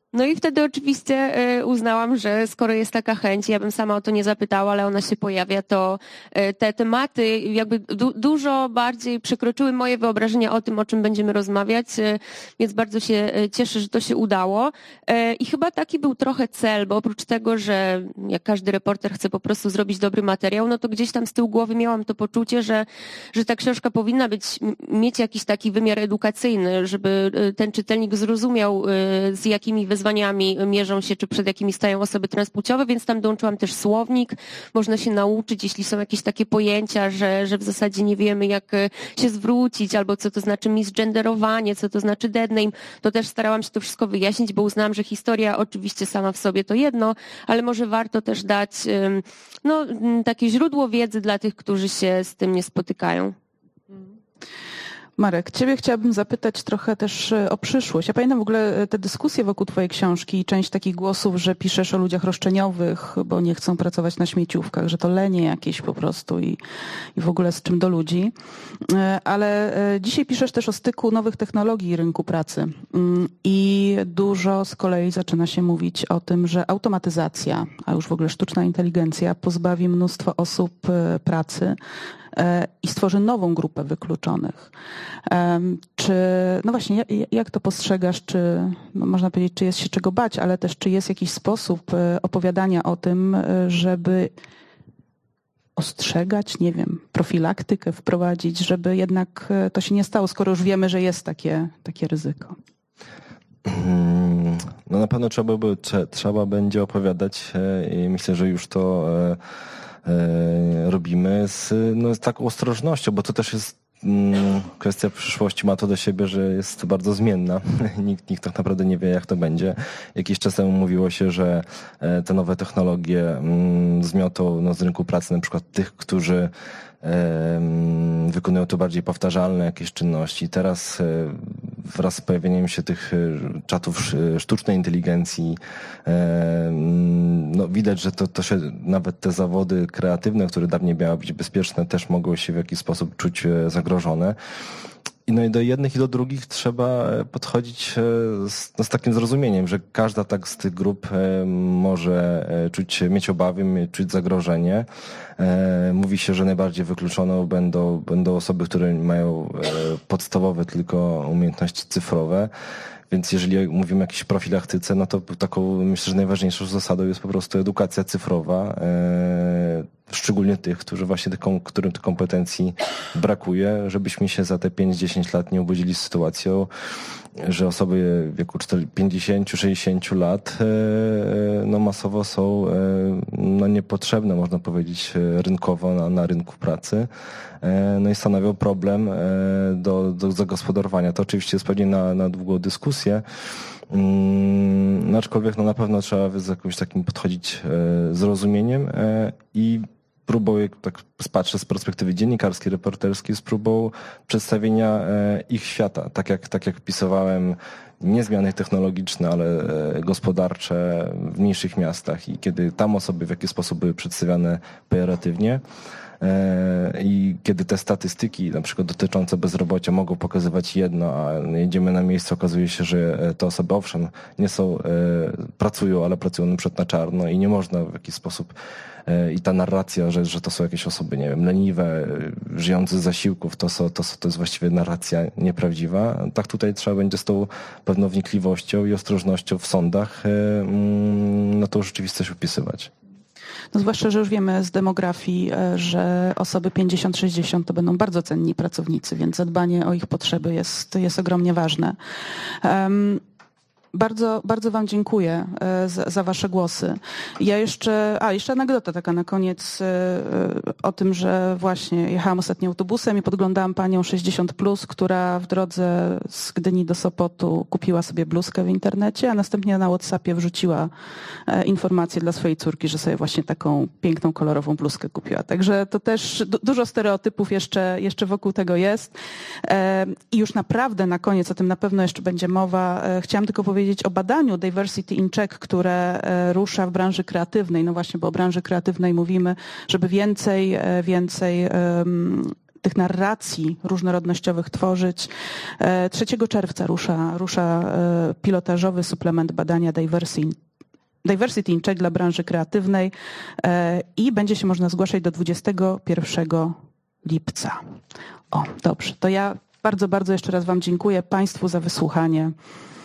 No i wtedy oczywiście uznałam, że skoro jest taka chęć, ja bym sama o to nie zapytała, ale ona się pojawia, to te tematy jakby du- dużo bardziej przekroczyły moje wyobrażenia o tym, o czym będziemy rozmawiać, więc bardzo się cieszę, że to się udało. I chyba taki był trochę cel, bo oprócz tego, że jak każdy reporter chce po prostu zrobić dobry materiał, no to gdzieś tam z tyłu głowy miałam to poczucie, że, że ta książka powinna być, mieć jakiś taki wymiar edukacyjny, żeby ten czytelnik zrozumiał, z jakimi wyzwaniami mierzą się, czy przed jakimi stają osoby transpłciowe, więc tam dołączyłam też słownik. Można się nauczyć, jeśli są jakieś takie pojęcia, że, że w zasadzie nie wiemy, jak się zwrócić, albo co to znaczy misgenderowanie, co to znaczy dead name, to też starałam się to wszystko wyjaśnić, bo uznałam, że historia oczywiście sama w sobie to jedno, ale może warto też dać no, takie źródło wiedzy dla tych, którzy się z tym nie spotykają. Marek, ciebie chciałabym zapytać trochę też o przyszłość. Ja pamiętam w ogóle te dyskusje wokół twojej książki i część takich głosów, że piszesz o ludziach roszczeniowych, bo nie chcą pracować na śmieciówkach, że to lenie jakieś po prostu i, i w ogóle z czym do ludzi. Ale dzisiaj piszesz też o styku nowych technologii i rynku pracy. I dużo z kolei zaczyna się mówić o tym, że automatyzacja, a już w ogóle sztuczna inteligencja pozbawi mnóstwo osób pracy i stworzy nową grupę wykluczonych. Czy, no właśnie, jak to postrzegasz, czy no można powiedzieć, czy jest się czego bać, ale też czy jest jakiś sposób opowiadania o tym, żeby ostrzegać, nie wiem, profilaktykę wprowadzić, żeby jednak to się nie stało, skoro już wiemy, że jest takie, takie ryzyko? No na pewno trzeba, by, trzeba będzie opowiadać i myślę, że już to robimy z, no, z taką ostrożnością, bo to też jest mm, kwestia przyszłości, ma to do siebie, że jest bardzo zmienna. Nikt, nikt tak naprawdę nie wie, jak to będzie. Jakiś czas temu mówiło się, że te nowe technologie mm, zmiotą no, z rynku pracy na przykład tych, którzy e, wykonują to bardziej powtarzalne jakieś czynności. Teraz e, wraz z pojawieniem się tych czatów sztucznej inteligencji e, no, widać, że to, to się nawet te zawody kreatywne, które dawniej miały być bezpieczne, też mogą się w jakiś sposób czuć zagrożone. I no i do jednych i do drugich trzeba podchodzić z, no z takim zrozumieniem, że każda tak z tych grup może czuć, mieć obawy, mieć, czuć zagrożenie. Mówi się, że najbardziej wykluczone będą, będą osoby, które mają podstawowe tylko umiejętności cyfrowe. Więc jeżeli mówimy o jakiejś profilaktyce, no to taką, myślę, że najważniejszą zasadą jest po prostu edukacja cyfrowa, e, szczególnie tych, którzy właśnie tych, którym tych kompetencji brakuje, żebyśmy się za te pięć dziesięć lat nie obudzili z sytuacją, że osoby w wieku pięćdziesiąt sześćdziesiąt lat e, no masowo są e, no niepotrzebne, można powiedzieć, rynkowo na, na rynku pracy. No i stanowią problem do, do zagospodarowania. To oczywiście jest pewnie na, na długą dyskusję, no aczkolwiek no na pewno trzeba z jakimś takim podchodzić zrozumieniem i próbą, tak patrzę z perspektywy dziennikarskiej, reporterskiej, z próbą przedstawienia ich świata. Tak jak, tak jak pisywałem, nie zmiany technologiczne, ale gospodarcze w mniejszych miastach i kiedy tam osoby w jakiś sposób były przedstawiane pejoratywnie, i kiedy te statystyki, na przykład dotyczące bezrobocia, mogą pokazywać jedno, a jedziemy na miejsce, okazuje się, że te osoby owszem nie są, pracują, ale pracują na przykład na czarno i nie można w jakiś sposób i ta narracja, że, że to są jakieś osoby, nie wiem, leniwe, żyjące z zasiłków, to, są, to, to jest właściwie narracja nieprawdziwa. Tak tutaj trzeba będzie z tą pewną wnikliwością i ostrożnością w sądach no to rzeczywistość opisywać. No zwłaszcza, że już wiemy z demografii, że osoby pięćdziesiąt sześćdziesiąt to będą bardzo cenni pracownicy, więc zadbanie o ich potrzeby jest, jest ogromnie ważne. Um, Bardzo, bardzo wam dziękuję za, za wasze głosy. Ja jeszcze, a jeszcze anegdota taka na koniec o tym, że właśnie jechałam ostatnio autobusem i podglądałam panią sześćdziesiąt plus, która w drodze z Gdyni do Sopotu kupiła sobie bluzkę w internecie, a następnie na WhatsAppie wrzuciła informację dla swojej córki, że sobie właśnie taką piękną, kolorową bluzkę kupiła. Także to też du- dużo stereotypów jeszcze, jeszcze wokół tego jest. I już naprawdę na koniec, o tym na pewno jeszcze będzie mowa, chciałam tylko powiedzieć o badaniu Diversity in Czech, które rusza w branży kreatywnej. No właśnie, bo o branży kreatywnej mówimy, żeby więcej, więcej tych narracji różnorodnościowych tworzyć. trzeciego czerwca rusza, rusza pilotażowy suplement badania Diversity, Diversity in Czech dla branży kreatywnej i będzie się można zgłaszać do dwudziestego pierwszego lipca. O, dobrze. To ja bardzo, bardzo jeszcze raz wam dziękuję Państwu za wysłuchanie.